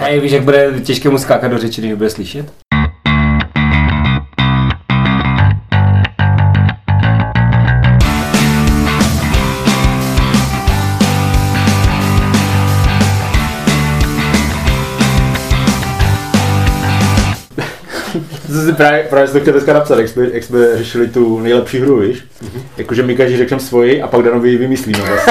A víš, jak bude těžké mu skákat do řeči, když bude slyšet? Právě jsem to chtěl dneska napsat, jak jsme řešili tu nejlepší hru, víš? Jakože my každý řekneme svoji a pak Danovi ji vymyslíme vlastně.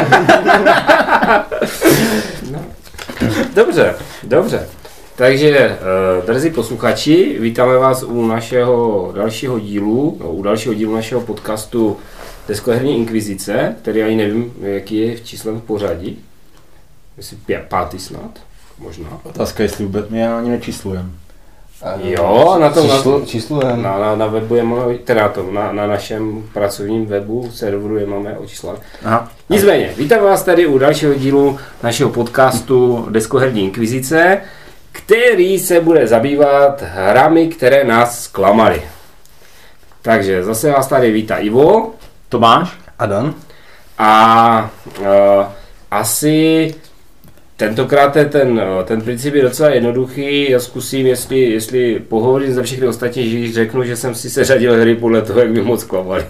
No. Dobře. Takže, drzí posluchači, vítáme vás u našeho dalšího dílu, našeho podcastu Deskoherní inkvizice, který ani nevím, jaký je v číslem v pořadí. Myslím, 5. snad, možná. Otázka, jestli vůbec my ani nečíslujeme. Jo, na tom číslujeme. Na webu je máme, teda na našem pracovním webu, serveru je máme očíslat. Nicméně, vítám vás tady u dalšího dílu našeho podcastu Deskoherní inkvizice, který se bude zabývat hrami, které nás zklamaly. Takže zase vás tady vítá Ivo, Tomáš a Dan. A asi tentokrát ten princip je docela jednoduchý. Já zkusím, jestli pohovořím za všechny ostatní, že řeknu, že jsem si seřadil hry podle toho, jak by moc klamali.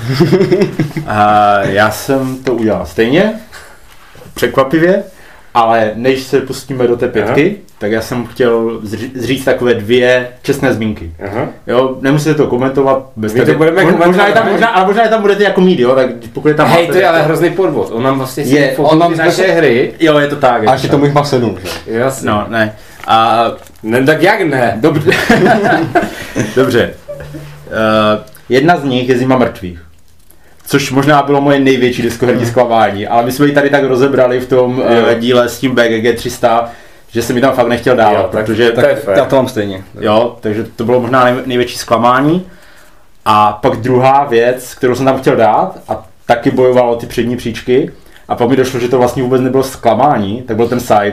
Já jsem to udělal stejně, překvapivě, ale než se pustíme do té 5, tak já jsem chtěl říct takové 2 čestné zmínky. Jo, nemusíte to komentovat bez my to budeme komentovat. Možná je tam budete jako mít, jo, tak pokud je tam... Hej, to je ale hrozný podvod, on nám vlastně si fotoví naše hry. Jo, je to tak. A ještě tomu jich má 7, že? Jasně. No, ne. Ne, tak jak ne? Dobře. Dobře. Jedna z nich je Zima mrtvých. Což možná bylo moje největší deskoherní zklamání, ale my jsme ji tady tak rozebrali v tom díle s tím BGG 300, že jsem mi tam fakt nechtěl dávat, protože já to mám stejně. Jo, takže to bylo možná největší zklamání. A pak druhá věc, kterou jsem tam chtěl dát, a taky bojovalo ty přední příčky, a pak mi došlo, že to vlastně vůbec nebylo zklamání, tak byl ten site.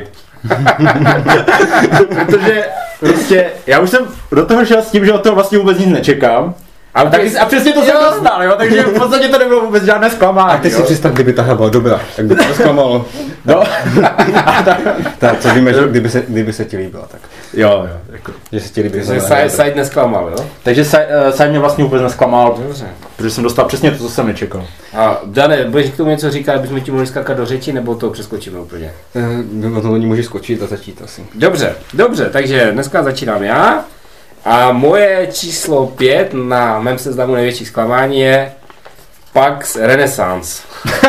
Protože prostě já už jsem do toho šel s tím, že od toho vlastně vůbec nic nečekám. A přesně to jsem dostal, jo, takže v podstatě to nebylo vůbec žádné zklamání. A teď si představ, kdyby ta hra byla dobrá, tak by to zklamalo. No. Tak co víme, že kdyby se ti líbila, tak. Jo, jako. Že se ti líbí. Side nesklamal, jo? Takže side mě vlastně vůbec nesklamal, protože jsem dostal přesně to, co jsem nečekal. A Dane, budeš k tomu něco říkat, abychom ti mohli skákat do řeči, nebo to přeskočíme úplně? O tom můžeš skočit a začít asi. Dobře, takže dneska začínám já. A moje číslo 5 na mém seznamu největších zklamání je Pax Renaissance.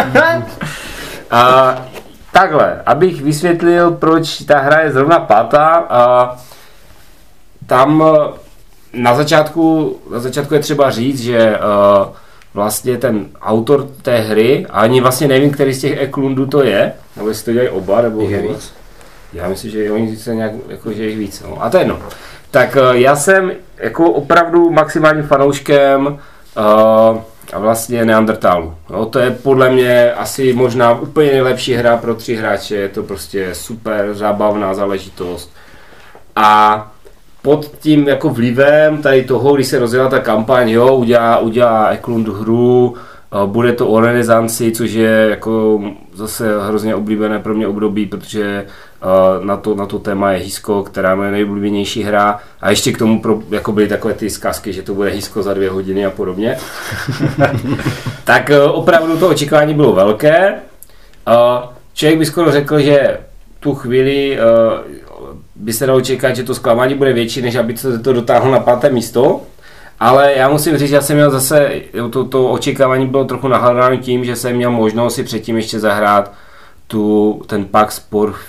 A takhle, abych vysvětlil, proč ta hra je zrovna 5. A tam na začátku je třeba říct, že vlastně ten autor té hry, a ani vlastně nevím, který z těch Eklundů to je, nebo jestli to dělají oba, nebo víc. Já myslím, že oni se nějak, jako, že jich víc. No. A to je jedno. Tak já jsem jako opravdu maximálním fanouškem a vlastně Neandertálu. No, to je podle mě asi možná úplně nejlepší hra pro 3 hráče, je to prostě super zábavná záležitost. A pod tím jako vlivem tady toho, když se rozjela ta kampaň, jo, udělá Eklund hru, bude to o renesanci, což je jako zase hrozně oblíbené pro mě období, protože na to téma je Hisko, která je moje nejoblíbenější hra, a ještě k tomu jako byly takové ty zkazky, že to bude Hisko za 2 hodiny a podobně. Tak opravdu to očekávání bylo velké. Člověk by skoro řekl, že tu chvíli by se dalo čekat, že to zklamání bude větší, než aby se to dotáhlo na 5. místo. Ale já musím říct, že já jsem měl zase, to očekávání bylo trochu nahladáno tím, že jsem měl možnost si předtím ještě zahrát ten Pax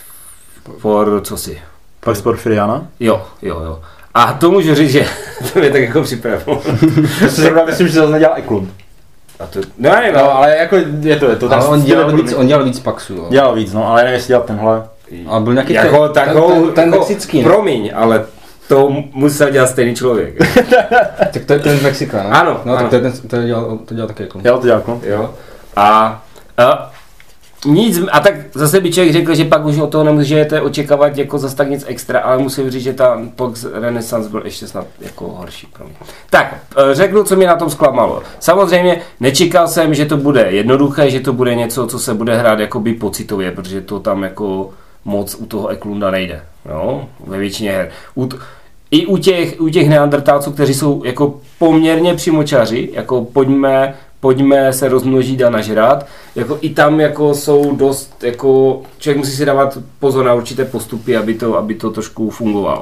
Pax Porfiriana? Jo. A to můžu říct, že to mě tak jako připravilo. Já si zrovna myslím, že to nedělal Eklund. No, ale jako je to ale on dělal víc Paxu, jo. Dělal víc, no, ale nevím, jestli dělal tenhle. A byl nějaký ten mexický, promiň, ale to musel dělat stejný člověk. Tak to je ten Mexikán, ne? Ano. Tak to dělal taky Eklund. Jo, to dělal Eklund. Jo. A tak zase by člověk řekl, že pak už od toho nemůžete očekávat jako zase tak nic extra, ale musím říct, že ta Pax Renaissance byl ještě snad jako horší pro mě. Tak, řeknu, co mě na tom zklamalo. Samozřejmě nečekal jsem, že to bude jednoduché, že to bude něco, co se bude hrát jakoby pocitově, protože to tam jako moc u toho Eklunda nejde. jo, ve většině her. I u těch neandertálců, kteří jsou jako poměrně přímočaři, jako pojďme se rozmnožit a nažrat, jako i tam jako jsou dost, jako člověk musí si dávat pozor na určité postupy, aby to trošku fungovalo.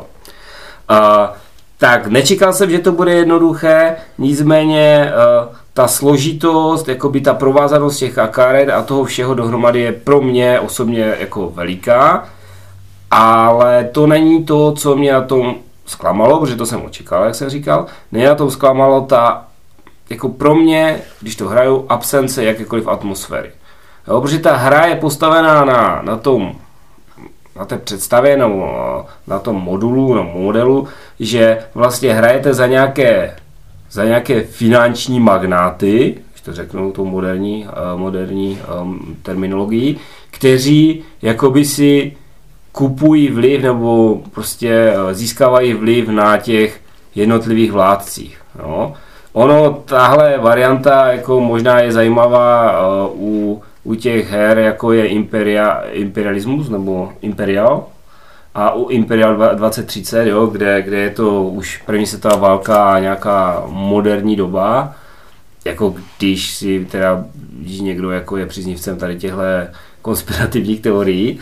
Tak nečekal jsem, že to bude jednoduché, nicméně ta složitost, jakoby ta provázanost těch karet a toho všeho dohromady je pro mě osobně jako veliká, ale to není to, co mě na tom zklamalo, protože to jsem očekal, jak jsem říkal, mě na tom zklamalo ta, jako pro mě, když to hraju, absence jakékoliv atmosféry. Jo, protože ta hra je postavená na té představě nebo na tom modelu, že vlastně hrajete za nějaké finanční magnáty, když to řeknu tou moderní terminologií, kteří jakoby si kupují vliv nebo prostě získávají vliv na těch jednotlivých vládcích. No. Tahle varianta jako možná je zajímavá u těch her, jako je imperialismus nebo Imperial a u Imperial 2030, jo, kde je to už první světová válka a nějaká moderní doba, jako když někdo jako je příznivcem tady těchto konspirativních teorií.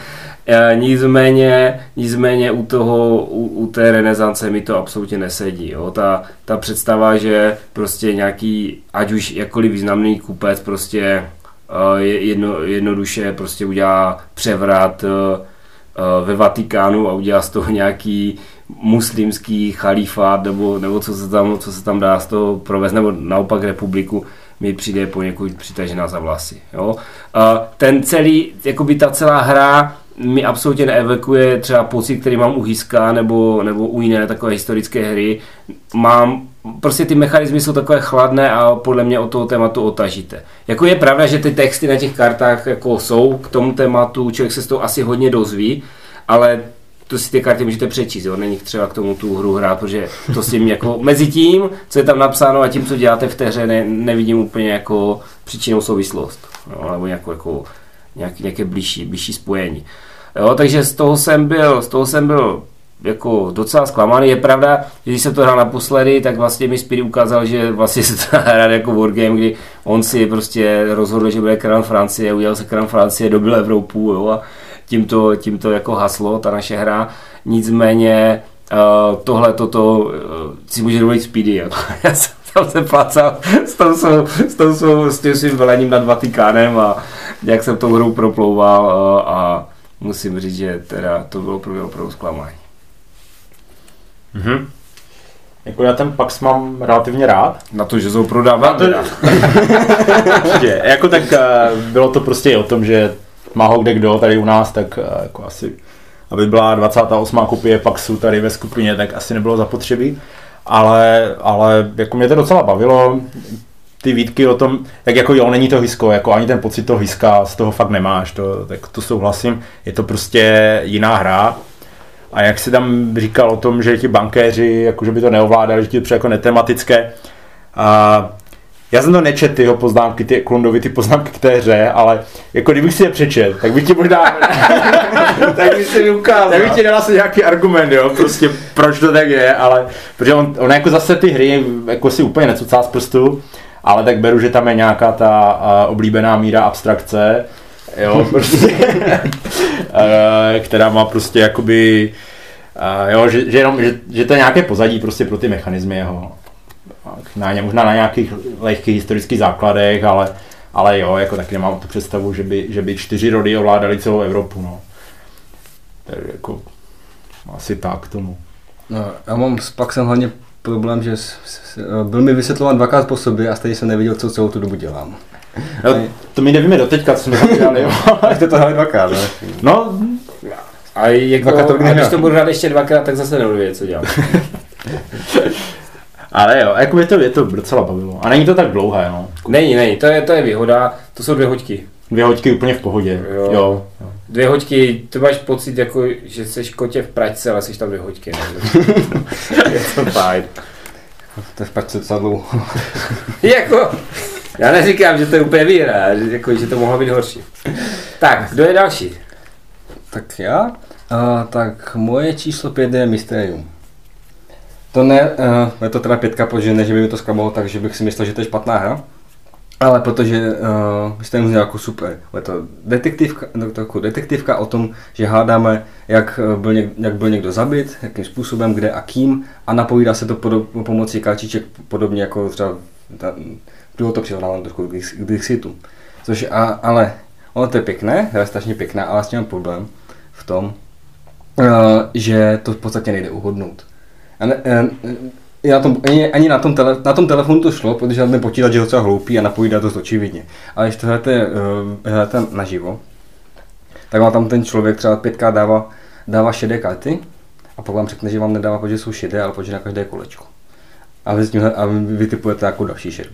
Nicméně u té renesance mi to absolutně nesedí. Jo. Ta představa, že prostě nějaký, ať už jakkoliv významný kupec prostě jednoduše prostě udělá převrat ve Vatikánu a udělá z toho nějaký muslimský chalífát nebo co se tam dá z toho provést, nebo naopak republiku, mi přijde poněkud přitažená za vlasy. Jo. Ten celý, jakoby ta celá hra mi absolutně neevokuje třeba pocit, který mám u Hiska nebo u jiné takové historické hry. Prostě ty mechanismy jsou takové chladné a podle mě od toho tématu otažité. Jako je pravda, že ty texty na těch kartách jako jsou k tomu tématu, člověk se z toho asi hodně dozví, ale to si ty karty můžete přečíst, jo? Není třeba k tomu tu hru hrát, protože to s tím jako mezi tím, co je tam napsáno a tím, co děláte v té hře, nevidím úplně jako příčinnou souvislost, jo? Nebo nějaké blížší spojení. Jo? Takže z toho jsem byl jako docela zklamaný. Je pravda, že když jsem to hrál naposledy, tak vlastně mi Speedy ukázal, že vlastně se to hrál jako wargame, kdy on si prostě rozhodl, že bude král Francie, udělal se král Francie, dobil Evropu, jo? A tímto jako haslo ta naše hra. Nicméně toto si může dovolit Speedy. Jako. Já jsem tam se plácal s tím svým velením nad Vatikánem a jak jsem tou hrou proplouval a musím říct, že teda to bylo pro mě opravdu zklamání. Mhm. Jako já ten Pax mám relativně rád. Na to, že jsou prodávat. Jako tak bylo to prostě i o tom, že má ho kdo tady u nás, tak jako asi, aby byla 28. kopie Paxu tady ve skupině, tak asi nebylo zapotřebí. Ale jako mě to docela bavilo. Ty výtky o tom, jak jako jo, není to Hisko, jako ani ten pocit toho Hiska z toho fakt nemáš, tak to souhlasím. Je to prostě jiná hra. A jak si tam říkal o tom, že ti bankéři, jako že by to neovládali, že ti to jako netematické. Já jsem to nečet, ty jeho poznámky, ty Klundovy, ty poznámky k té hře, ale jako kdybych si je přečet, tak bych ti možná tak bych si mi ukázal. Tak bych ti dal asi nějaký argument, jo, prostě proč to tak je, ale protože on jako zase ty hry jako si úplně necucá z prstu, ale tak beru, že tam je nějaká ta oblíbená míra abstrakce, jo, prostě, která má prostě jakoby, jo, že to je nějaké pozadí prostě pro ty mechanismy jeho. Možná na nějakých lehkých historických základech, ale jo, jako taky nemám tu představu, že by 4 rody ovládali celou Evropu, no. Takže jako asi tak k tomu. No, já mám s Paxem hlavně problém, že byl mi vysvětlován 2krát po sobě a stejně jsem neviděl, co celou tu dobu dělám. No, to my nevíme doteďka, co jsme tam dělali, jo. Jak to hráli 2krát, ne? No, a když to budu hrát ještě 2krát, tak zase nebudu vědět, co dělám. Ale jo, jako je to docela bavilo. A není to tak dlouhé, no. Není, to je výhoda, to jsou 2 hoďky. 2 hoďky úplně v pohodě, jo. 2 hoďky, ty máš pocit, jako, že jsi kotě v pračce, ale jsi tam 2 hoďky. Je to fajn. To je v pračce docela dlouho. Jako, já neříkám, že to je úplně výhra, jako, že to mohlo být horší. Tak, kdo je další? Tak já? Tak moje číslo 5 je Mysterium. To ne, je to teda 5, protože ne, že by mi to zklamalo, takže bych si myslel, že to je špatná hra. Ale protože Mysterium je jako super. Je to detektivka o tom, že hádáme, jak byl někdo zabit, jakým způsobem, kde a kým, a napovídá se to pomocí kartiček, podobně jako třeba bylo to přirovnávám trošku k Dixitu. Což ale ono to je pěkné, je strašně pěkná, ale s tím mám problém v tom, že to v podstatě nejde uhodnout. Ani na tom telefonu to šlo, protože ten počítač je docela hloupý a napovídá to očividně. Ale když to hrajete naživo, tak vám tam ten člověk třeba 5krát dává šedé karty a pak vám řekne, že vám nedává, protože jsou šedé, ale protože na každé kolečko. A vy vytipujete jako další šedu.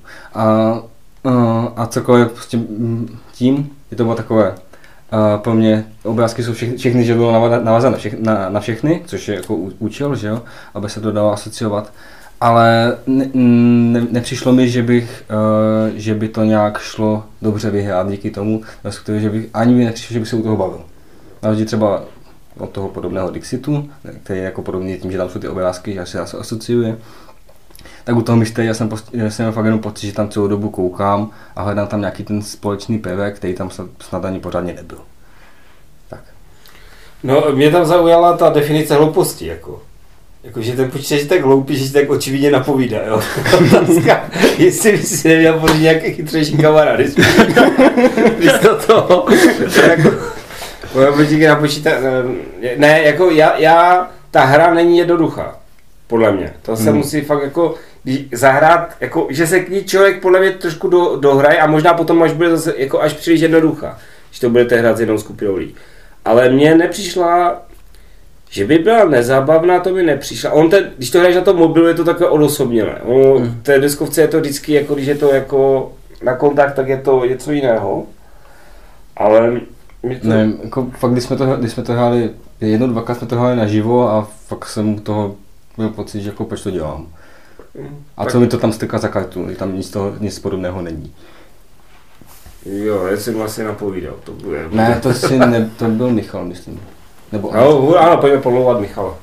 A cokoliv prostě tím, je to bylo takové, pro mě obrázky jsou všechny, že bylo navázané na všechny, což je jako účel, že jo, aby se to dalo asociovat. Ale nepřišlo mi, že by to nějak šlo dobře vyhrát díky tomu, že by ani mi nepřišlo, že by se u toho bavil. Navždy třeba od toho podobného Dixitu, který je jako podobný tím, že tam jsou ty obrázky, že se asociuje. Tak u toho Mysteria jsem fakt jenom pocit, že tam celou dobu koukám a hledám tam nějaký ten společný prvek, který tam snad ani pořádně nebyl. Tak. No, mě tam zaujala ta definice hlouposti, jako že ten počítač je tak hloupý, že si tak očividně napovídá, jo. Otázka, jestli by si neměl pořídit nějaké chytřejší kamarády. Když to jako, počítač na počítač, ne, jako ta hra není jednoduchá. Podle mě. To se musí fakt jako zahrát, jako, že se k ní člověk podle mě trošku dohraje a možná potom až bude zase jako až příliš jednoduchá, když to budete hrát s jednou skupinou lidí. Ale mně nepřišla, že by byla nezábavná, to mi nepřišla. Když to hraješ na tom mobilu, je to takové odosobněné. V té diskovce je to vždycky, jako když je to jako na kontakt, tak je to něco jiného. Ale ne, jako fakt, když jsme to hráli, 1-2krát jsme to hráli naživo a fakt jsem toho měl pocit, že jako proč to dělám. A co mi to tam strká za kartu, tam nic podobného není. Jo, já jsem vlastně napovídal, to bude. Ne, to byl Michal, myslím. Nebo ano, pojďme pomlouvat Michala.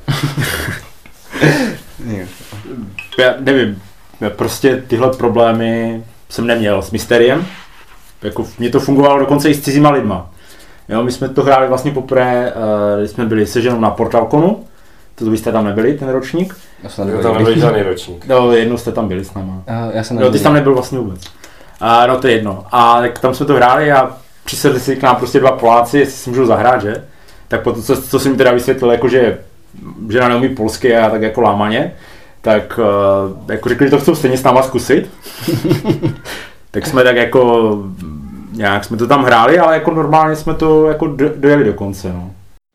Já nevím, prostě tyhle problémy jsem neměl s Mysteriem. Jako mně to fungovalo dokonce i s cizíma lidma. Jo, my jsme to hráli vlastně poprvé, když jsme byli se ženou na PortalConu. To byste tam nebyli, ten ročník? Tam nebyli žádný ročník. No, jednou jste tam byli s náma. No, ty jsi tam nebyl vlastně vůbec. No, to je jedno. A tak tam jsme to hráli a přisedli si k nám prostě 2 Poláci, jestli si můžou zahrát, že? Tak potom, co jsem mi teda vysvětlil, jako že žena neumí polsky a tak jako lámaně, tak jako řekli, že to chcou stejně s náma zkusit. Tak jsme tak jako, nějak jsme to tam hráli, ale jako normálně jsme to jako dojeli do konce, no.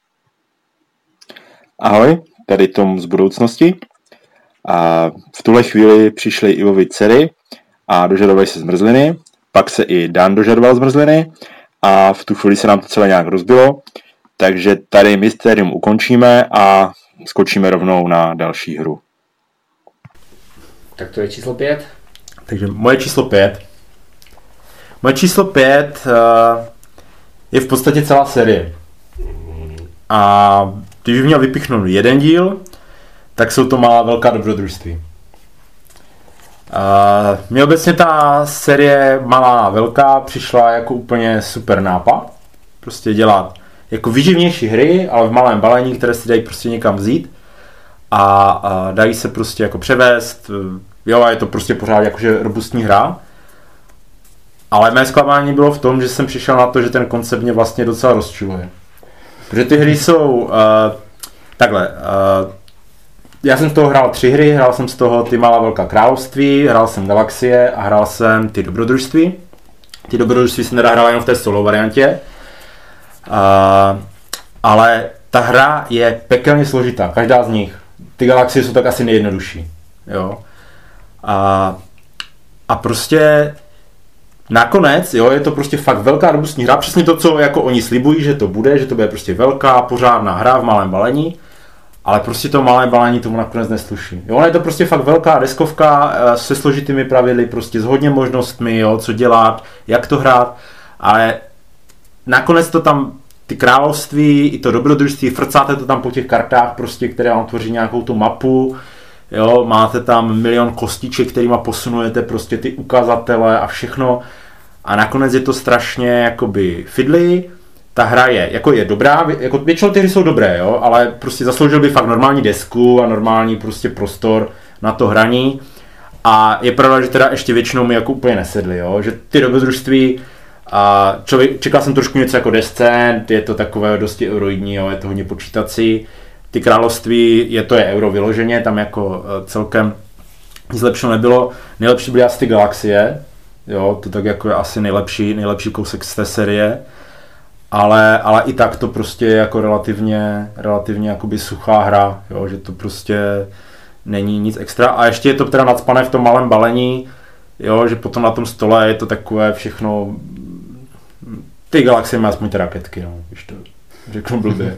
Ahoj, tady Tom z budoucnosti. A v tuhle chvíli přišly Ivovi dcery a dožadovali se zmrzliny, pak se i Dan dožadoval zmrzliny a v tu chvíli se nám to celé nějak rozbilo, takže tady Mysterium ukončíme a skočíme rovnou na další hru. Tak to je číslo 5. Takže moje číslo 5. Moje číslo 5 je v podstatě celá série. A když bych měl vypíchnout jeden díl, tak jsou to Malá velká dobrodružství. Mně obecně ta série Malá velká přišla jako úplně super nápad. Prostě dělat jako výživnější hry, ale v malém balení, které si dají prostě někam vzít a dají se prostě jako převést. Jo, a je to prostě pořád jakože robustní hra. Ale mé zklamání bylo v tom, že jsem přišel na to, že ten koncept mě vlastně docela rozčiluje. Protože ty hry jsou takhle. Já jsem z toho hrál 3 hry, hrál jsem z toho ty Malá velká království, hrál jsem Galaxie a hrál jsem ty dobrodružství. Ty dobrodružství jsem teda hrál jenom v té solo variantě. Ale ta hra je pekelně složitá, každá z nich. Ty Galaxie jsou tak asi nejjednodušší. Jo. A prostě nakonec, jo, je to prostě fakt velká robustní hra, přesně to, co jako oni slibují, že to bude prostě velká, pořádná hra v malém balení, ale prostě to malé balení tomu nakonec nesluší. Jo, je to prostě fakt velká deskovka se složitými pravidly, prostě s hodně možnostmi, jo, co dělat, jak to hrát, ale nakonec to tam ty království, i to dobrodružství, frcáte to tam po těch kartách, prostě, které vám tvoří nějakou tu mapu, jo, máte tam milion kostiček, kterýma posunujete prostě ty ukazatele a všechno a nakonec je to strašně jakoby fiddly. Ta hra je dobrá, jako většinou ty hry jsou dobré, jo, ale prostě zasloužil by fakt normální desku a normální prostě prostor na to hraní. A je pravda, že teda ještě většinou mi jako úplně nesedly, jo, že ty dobrodružství a čekal jsem trošku něco jako Descent, je to takové dosti euroidní, jo, je to hodně počítací. Ty království, je euro vyloženě, tam jako celkem nic lepšího nebylo. Nejlepší byly asi ty Galaxie, jo, to tak jako je asi nejlepší kousek z té série. Ale i tak to prostě je jako relativně jakoby suchá hra, jo, že to prostě není nic extra. A ještě je to teda nacpané v tom malém balení, jo, že potom na tom stole je to takové všechno. Ty Galaxie má aspoň ty raketky, no, když to řeknu blbě.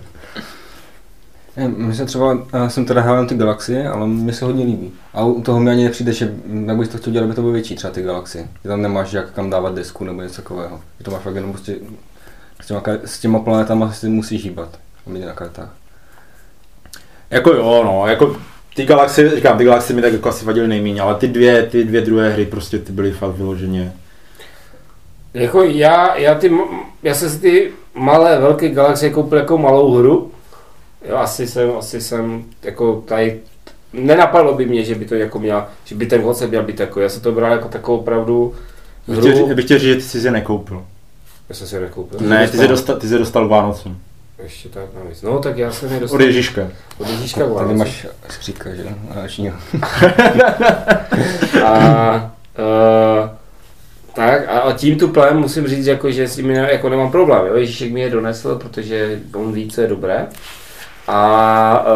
Jsem teda hrál ty Galaxie, ale mi se hodně líbí. A u toho mi ani nepřijde, že jak bys to chtěl dělat, aby to bylo větší třeba ty Galaxie. Že tam nemáš jak kam dávat desku nebo něco takového. Že to máš fakt jenom prostě s těma planetama si musíš hýbat, aby na kartách. Jako jo, no, jako ty Galaxie mi tak jako asi vadily nejméně, ale ty dvě druhé hry prostě ty byly fakt vyloženě. Jako já jsem si ty velké Galaxie koupil jako malou hru. Jo, asi jsem jako tady, nenapadlo by mě, že by to jako měl, že by ten koncept měl být takový. Já jsem to bral jako takovou opravdu hru. Já bych chtěl říct, že ty jsi je nekoupil. Já jsem si je nekoupil. Ne, ty jsi dostal k Vánocům. Ještě tak navíc. No tak já jsem je dostal. Od Ježíška. Od Ježíška k Vánocům. Tady máš skřítka, že? Tak a tím tu plém musím říct, jako, že s nimi jako nemám problém. Jo? Ježíšek mi je donesl, protože on ví, co je dobré. A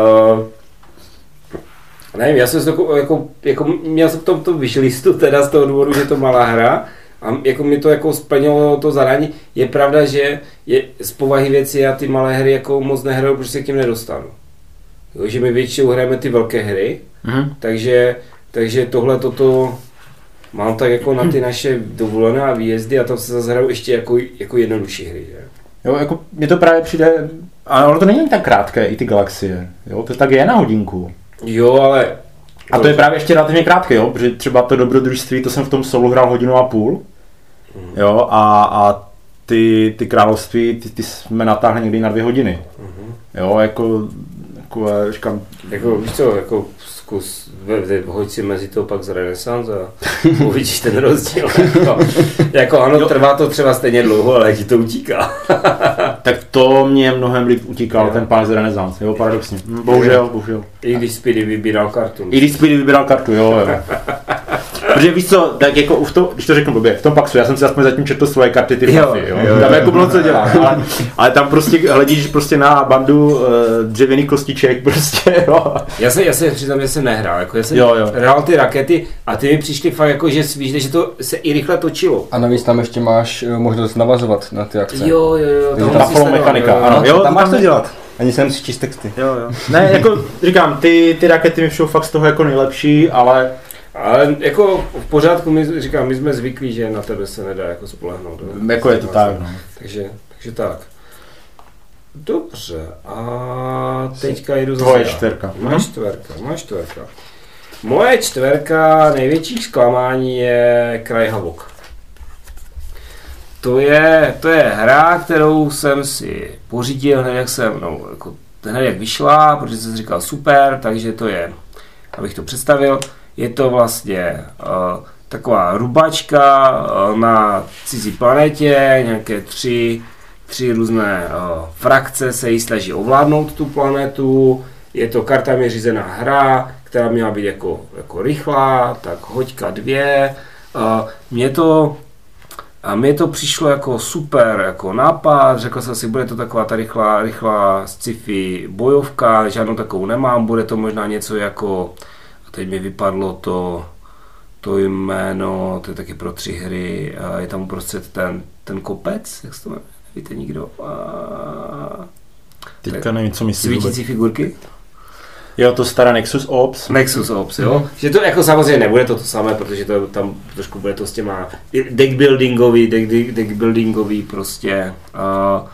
nevím, já jsem jako měl jsem to vyšlistu teda z toho důvodu, že to malá hra. A jako mi to jako splnilo to zadání. Je pravda, že je z povahy věci já ty malé hry jako moc nehraju, protože se k tím nedostanu. Jo, že my většinou hrajeme ty velké hry, takže tohle toto mám tak jako na ty naše dovolené a výjezdy a tam se zase hraju ještě jako jednodušší hry. Že? Jo, jako mě to právě přijde, ale ono to není tak krátké, i ty Galaxie, jo, to tak je na hodinku. Jo, ale... A to je právě ještě relativně krátké, jo, protože třeba to dobrodružství, to jsem v tom solu hrál 1,5 hodiny, jo, a ty království, ty jsme natáhli někdy na 2 hodiny, jo, jako říkám... Jako, víš co, jako zkus, hoď si mezi to pak z Renaissance a uvidíš ten rozdíl. Jako ano, trvá to třeba stejně dlouho, ale ti to utíká. Tak to mě mnohem líp utíkal ten pán z Renaissance, jo, paradoxně. Bohužel. I když Speedy vybíral kartu. Jo. Protože víš co, tak jako když to řeknu blbě, v tom Paxu, já jsem si aspoň zatím četl svoje karty, ty fafy, jo. Tam jako bylo co dělat, ale tam prostě hledíš prostě na bandu dřevěných kostiček, prostě, jo. Já se přiznám, že jsem nehrál, jako já jsem hrál ty rakety a ty mi přišly fakt jako, že víš, že to se i rychle točilo. A navíc tam ještě máš možnost navazovat na ty akce. Jo, tam mechanika, ano. Jo, tam máš to dělat. Ani se nemusíš číst texty. Jo. Ne, jako říkám, ty rakety mi všou fakt z toho jako nejlepší, ale jako v pořádku, my jsme zvyklí, že na tebe se nedá jako spolehnout. Jako je to tak, no. Takže tak. Dobře, a teďka jdu zase. Tvoje čtverka. Moje čtverka. Moje čtverka, největší zklamání je Kraj Havok. To je hra, kterou jsem si pořídil hned jak vyšla, protože jsem si říkal super, takže to je, abych to představil, je to vlastně taková rubačka na cizí planetě, nějaké tři různé frakce se jí snaží ovládnout tu planetu, je to kartami řízená hra, která měla být jako rychlá, tak hoďka 2. Mně to přišlo jako super jako nápad, řekl jsem si, bude to taková ta rychlá sci-fi bojovka, žádnou takovou nemám, bude to možná něco jako, a teď mi vypadlo to jméno, to je taky pro 3 hry, je tam uprostřed ten kopec, jak se to jmenuje, víte nikdo? Teďka nevím, co myslíš. Svítící figurky? Jo, to staré Nexus Ops, jo. Že to jako samozřejmě nebude to samé, protože to tam trošku bude to s těma deck buildingový prostě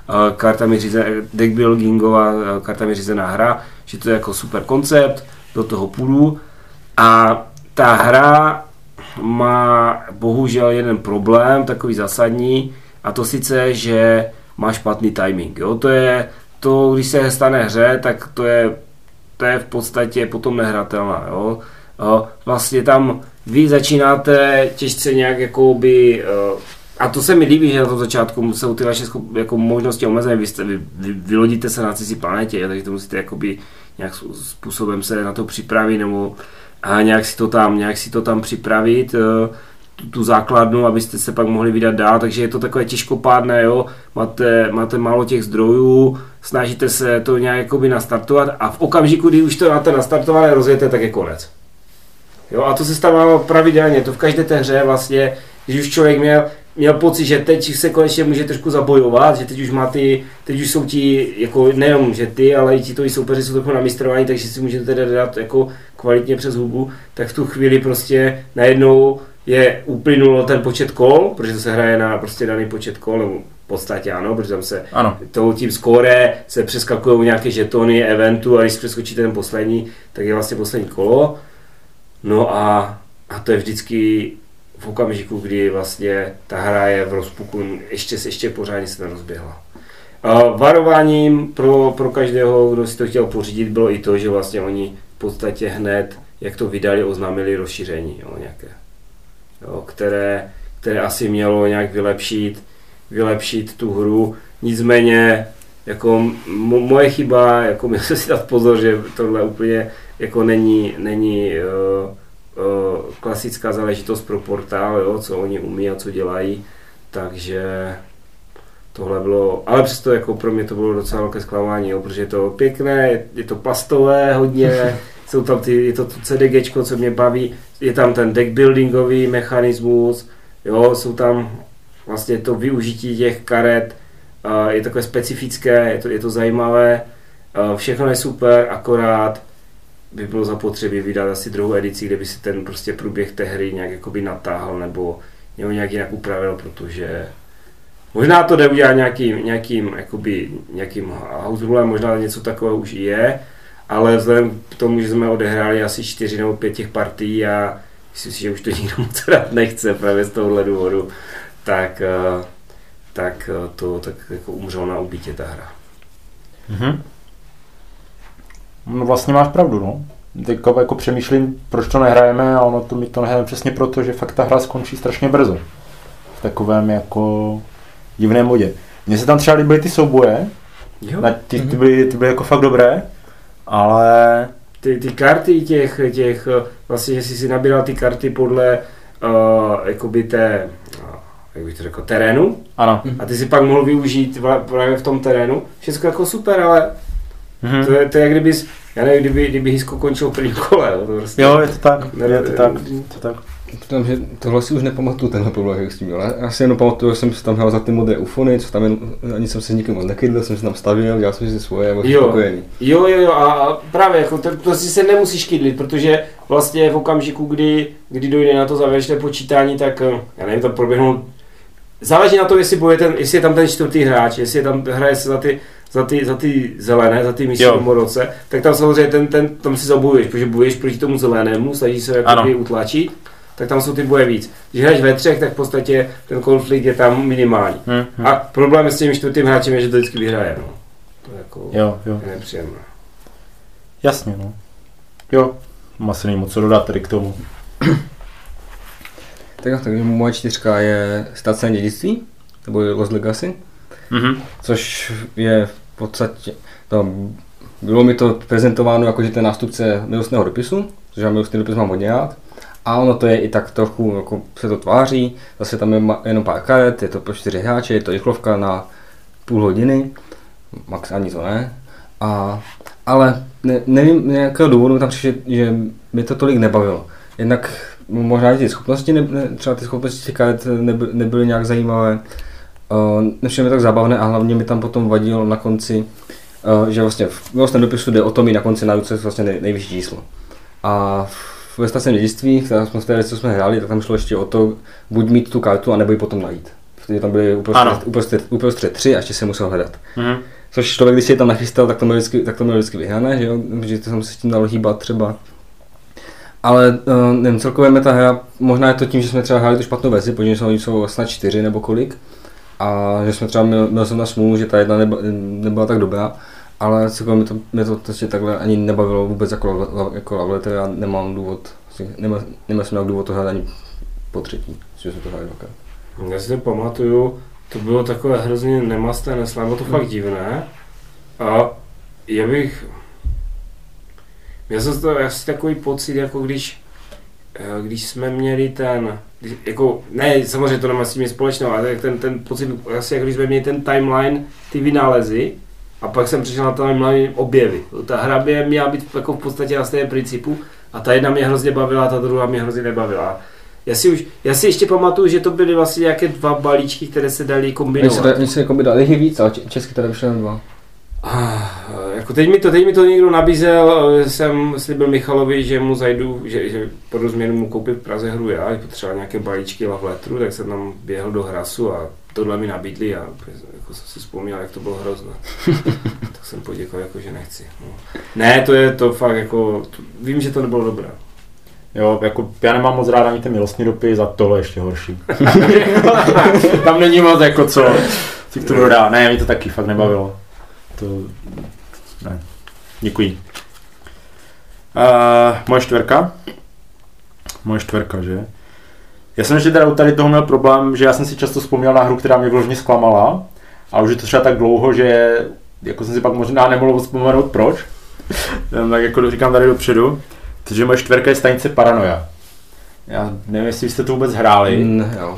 deckbuildingová, kartami řízená hra, že to je jako super koncept, do toho půjdu. A ta hra má bohužel jeden problém, takový zásadní, a to sice, že má špatný timing. Jo? To, když se stane hře, tak to je v podstatě potom nehratelná. Jo? Vlastně tam vy začínáte těžce nějak jakoby, a to se mi líbí, že na tom začátku jsou ty vaše jako možnosti omezené, vy vylodíte se na cizí planetě, takže to musíte jakoby nějak způsobem se na to připravit, nebo a nějak si to tam připravit, tu základnu, abyste se pak mohli vydat dál, takže je to takové těžkopádné, jo? Máte málo těch zdrojů, snažíte se to nějak jakoby nastartovat a v okamžiku, kdy už to máte nastartované, rozjete, tak je konec. Jo? A to se stává pravidelně, to v každé té hře vlastně, když už člověk měl pocit, že teď se konečně může trošku zabojovat, že teď už jsou ti, jako nejenom že ty, ale i ti tvoji soupeři jsou trochu namistrovaní, takže si můžete teda dát jako kvalitně přes hubu, tak v tu chvíli prostě najednou uplynulo ten počet kol, protože to se hraje na prostě daný počet kol, nebo v podstatě ano, protože tam se tím skóre se přeskakují nějaké žetony, eventu a když přeskočíte ten poslední, tak je vlastně poslední kolo. No a to je vždycky v okamžiku, kdy vlastně ta hra je v rozpuku, ještě pořádně se nerozběhla. Varováním pro každého, kdo si to chtěl pořídit, bylo i to, že vlastně oni v podstatě hned, jak to vydali, oznámili rozšíření, jo, nějaké, jo, které asi mělo nějak vylepšit tu hru. Nicméně jako moje chyba, jako měl jsem si dát pozor, že tohle úplně jako není klasická záležitost pro portál, jo, co oni umí a co dělají, takže tohle bylo, ale přesto jako pro mě to bylo docela velké zklamání, jo, protože je to pěkné, je to plastové hodně, jsou tam je to CDGčko, co mě baví, je tam ten deckbuildingový mechanismus, jo, jsou tam vlastně to využití těch karet, je takové specifické, je to zajímavé, všechno je super, akorát by bylo zapotřebí vydat asi druhou edici, kde by si ten prostě průběh té hry nějak jakoby natáhl nebo nějak jinak upravil, protože možná to jde udělat nějakým house rulem, možná něco takového už je, ale vzhledem k tomu, že jsme odehráli asi 4 nebo 5 těch partií a myslím si, že už to nikdo moc rád nechce právě z tohohle důvodu, tak to tak jako umřelo na ubítě ta hra. Mhm. No vlastně máš pravdu, no. Teď jako přemýšlím, proč to nehrajeme, a my to nehrajeme přesně proto, že fakt ta hra skončí strašně brzo. V takovém jako divném modě. Mně se tam třeba líbily ty souboje, ty byly jako fakt dobré, ale... Ty karty těch vlastně, že jsi si nabíral ty karty podle jakoby té, jak bych to řekl, terénu. Ano. A ty si pak mohl využít právě v tom terénu. Všechno jako super, ale to je jak kdybys, já nevím, kdyby Hisko končil první kole. To prostě, jo, je to tak. Protože tohle si už nepamatuju, tenhle problém, jak s tím, ale já si jenom pamatuju, že jsem si tam hrál za ty modré ufony, co tam ani jsem se s nikým moc nekydl, jsem si tam stavěl, dělal jsem si svoje, byl spokojený. Jo, a právě jako to si se nemusíš kydlit, protože vlastně v okamžiku, kdy dojde na to závěrečné počítání, tak já nevím, tam proběhnou, záleží na to, jestli je tam ten čtvrtý hráč, jestli je tam hraje se za ty zelené, za ty místní domorodce, tak tam samozřejmě tam si zabojuješ, protože bojuješ proti tomu zelenému, snažíš se jakoby utlačit, tak tam jsou ty boje víc. Když hraješ ve třech, tak v podstatě ten konflikt je tam minimální. A problém s tím čtvrtým hráčem je, že to vždycky vyhraje. No. To je jako nepříjemné. Jasně, no. Jo, má se není moc co dodat tady k tomu. Takže moje 4 je Ztracené dědictví, nebo Lost Legacy, což je v podstatě, bylo mi to prezentováno jako, že to je nástupce milostného dopisu, což já milostný dopis mám hodně rád. A ono to je i tak trochu, jako se to tváří, zase tam je jenom pár karet, je to pro 4 hráče, je to rychlovka na půl hodiny, max ani to ne. Ale nevím, nějakého důvodu tam přišlo, že mě to tolik nebavilo. Jednak možná ty schopnosti, třeba ty schopnosti těch karet nebyly nějak zajímavé, nepřijde mi tak zábavné a hlavně mi tam potom vadilo na konci, že vlastně v milostném dopisu jde o to mít na konci na ruce vlastně nejvyšší číslo. A ve Ztraceném dědictví, v té atmosféře, co jsme hráli, tak tam šlo ještě o to, buď mít tu kartu, anebo ji potom najít protože tam byly uprostřed 3 a ještě se musel hledat. Mhm. Což člověk, když si je tam nachystal, tak to měl vždycky vyhrané, že jo, protože to jsem se s tím dalo hýbat třeba. Ale nevím, celkově mě ta hra, možná je to tím, že jsme třeba hráli tu špatnou verzi, protože oni jsou snad 4 nebo kolik. A že jsme třeba měl jsem na smůlu, že ta jedna nebyla tak dobrá. Ale celkově mě to prostě takhle ani nebavilo vůbec jako Love Letter, já nemám důvod, nemám jsem důvod to hrát ani po třetí, že se to hráli dvakrát. Já si to pamatuju, to bylo takové hrozně nemasté, bylo to fakt divné. A měl jsem to asi takový pocit, jako když jsme měli jako, ne, samozřejmě to nemá s tím nic společného, ale ten pocit, asi jako když jsme měli ten timeline, ty vynálezy, a pak jsem přišel na timeline objevy. Ta hra by měla být jako v podstatě na stejném principu a ta jedna mě hrozně bavila a ta druhá mě hrozně nebavila. Já si ještě pamatuju, že to byly vlastně nějaké 2 balíčky, které se daly kombinovat. Oni se kombinovat, je víc, ale česky teda vyšly jen 2. Jako teď mi to někdo nabízel, jsem slíbil Michalovi, že mu zajdu, že po rozměru mu koupit v Praze hru já, potřeboval nějaké balíčky Love Letteru, tak jsem tam běhl do Hrasu a tohle mi nabídli a jako jsem si vzpomněl, jak to bylo hrozné. Tak jsem poděkoval, jako, že nechci. No. Ne, to je to fakt jako, vím, že to nebylo dobré. Jo, jako já nemám moc rád ani ten milostný dopis, za tohle ještě horší. Tam není moc jako co si k tomu dodá. Ne, mi to taky fakt nebavilo. To, ne, děkuji. Moje čtverka, že? Já jsem ještě teda tady toho měl problém, že já jsem si často vzpomněl na hru, která mě vložně zklamala, a už je to třeba tak dlouho, že jako jsem si pak možná nemohl vzpomenout proč. Tak jako říkám tady dopředu, protože moje čtverka je Stanice Paranoia. Já nevím, jestli jste to vůbec hráli. Jo.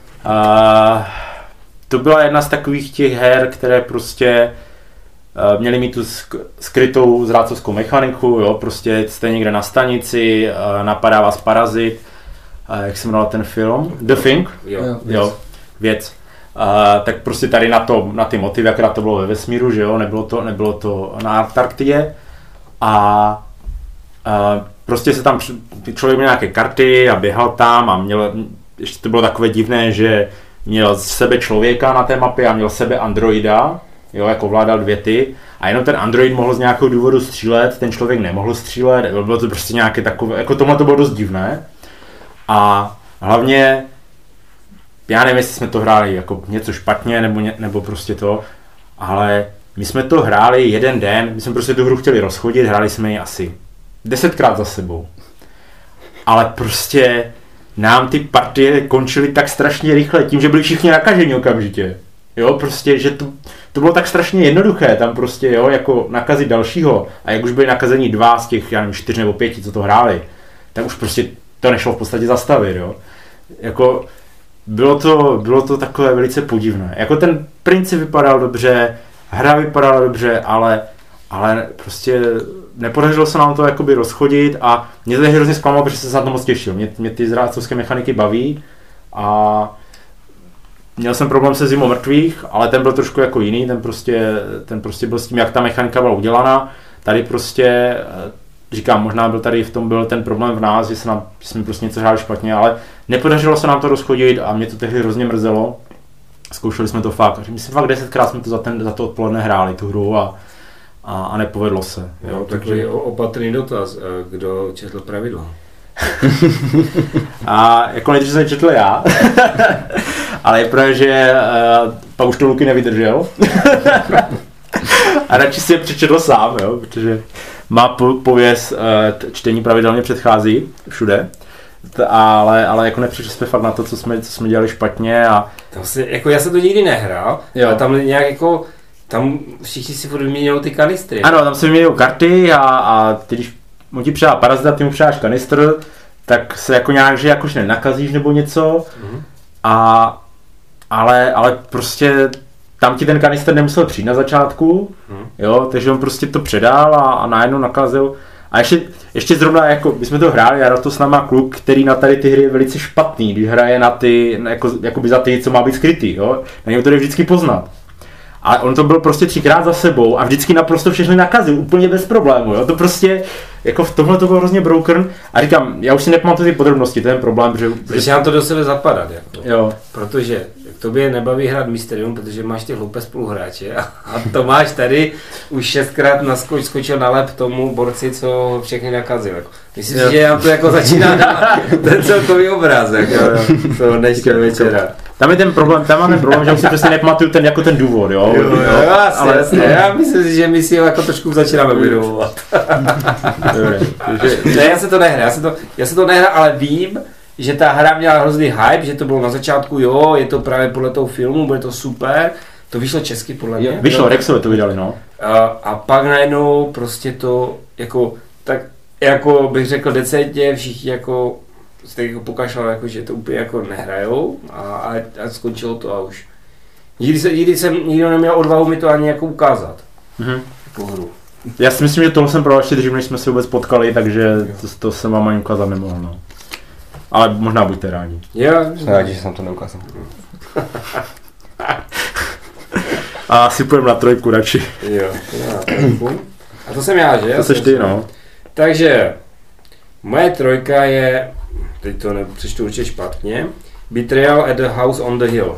To byla jedna z takových těch her, které prostě měli mít tu skrytou zrádcovskou mechaniku, jo, prostě jste někde na stanici, napadá vás parazit, jak se jmenoval ten film? The Thing? Jo, věc. Tak prostě tady na ty motivy, akorát to bylo ve vesmíru, že jo, nebylo to na Antarktidě a prostě se tam člověk měl nějaké karty a běhal tam a ještě to bylo takové divné, že měl sebe člověka na té mapě a měl sebe androida, jo, jako vládal 2 ty a jenom ten android mohl z nějakého důvodu střílet, ten člověk nemohl střílet, bylo to prostě nějaké takové, jako tohle to bylo dost divné a hlavně já nevím, jestli jsme to hráli jako něco špatně nebo prostě to, ale my jsme to hráli jeden den, my jsme prostě tu hru chtěli rozchodit, hráli jsme ji asi 10krát za sebou, ale prostě nám ty partie končily tak strašně rychle tím, že byli všichni nakaženi okamžitě. Jo, prostě, že to bylo tak strašně jednoduché, tam prostě, jo, jako nakazit dalšího a jak už byli nakazeni 2 z těch, já nevím, 4 nebo 5, co to hráli, tak už prostě to nešlo v podstatě zastavit, jo. Jako, bylo to takové velice podivné. Jako ten princip vypadal dobře, hra vypadala dobře, ale prostě nepodařilo se nám to jakoby rozchodit a mě to hrozně zklamalo, protože jsem se na to moc těšil. Mě ty zrádcovské mechaniky baví a měl jsem problém se Zimou mrtvých, ale ten byl trošku jako jiný, ten prostě byl s tím, jak ta mechanika byla udělaná. Tady prostě, říkám, možná byl ten problém v nás, že jsme prostě něco hráli špatně, ale nepodařilo se nám to rozchodit a mě to tehdy hrozně mrzelo. Zkoušeli jsme to fakt, myslím fakt 10krát jsme to za to odpoledne hráli, tu hru a nepovedlo se. Jo, takový opatrný dotaz, kdo četl pravidla? A jako nejdřív jsem četl já, ale je pravda, že pak už to Luky nevydržel a radši si je přečetl sám, jo, protože má pověst čtení pravidelně předchází všude, ale jako nepřišli jsme fakt na to, co jsme dělali špatně a... Jako já jsem to nikdy nehrál, jo. Ale tam nějak jako, tam všichni si furt vyměňují ty kanistry. Ano, tam se vyměňují karty a ty, když mu ti přidá parazita, ty mu přidáš kanistr, tak se jako nějak, že jakož nenakazíš nebo něco, ale prostě tam ti ten kanistr nemusel přijít na začátku, jo, takže on prostě to předal a najednou nakazil. A ještě zrovna, jako my jsme to hráli, a to s náma kluk, který na tady ty hry je velice špatný, když hraje na ty, jakoby za ty, co má být skrytý, jo, na něj to jde vždycky poznat. Ale on to byl prostě 3krát za sebou a vždycky naprosto všechny nakazil, úplně bez problému, jo, to prostě, jako v tomhle to bylo hrozně broken a říkám, já už si nepamatuji ty podrobnosti, to je ten problém, protože nám to do sebe zapadat, jako. Jo. Protože tobě nebaví hrát Mysterium, protože máš ty hloupé spoluhráče a Tomáš tady už 6krát skočil na lep tomu borci, co všechny nakazil. Jako. Myslím si, že nám to jako začíná dávat ten celkový obraz toho dnešního večera. Tam je ten problém, že už si prostě nepamatuju ten důvod, jo? Jo, jasně. Já myslím si, že my si ho jako trošku začínáme vydovovat. Ne, já se to nehrál, ale vím, že ta hra měla hrozný hype, že to bylo na začátku, jo, je to právě podle toho filmu, bude to super. To vyšlo česky podle mě. Vyšlo, Rexové to vydali, no. A pak najednou prostě to, jako, tak jako bych řekl decentně, všichni jako jste jako pokašlali, jako, že to úplně jako nehrajou a skončilo to a už. Nikdo neměl odvahu mi to ani jako ukázat. Jako hru. Já si myslím, že tohle jsem provaštěl dřív, než jsme se vůbec potkali, takže to jsem vám ani ukázat nemohl, no. Ale možná buďte rádi. Jsem rádi, že jsem to neukázal. A si půjdeme na 3 radši. Jo, na 3. A to jsem já, že? To seš ty, no. Takže, moje 3 je, teď to přečtu určitě špatně, Betrayal at the House on the Hill.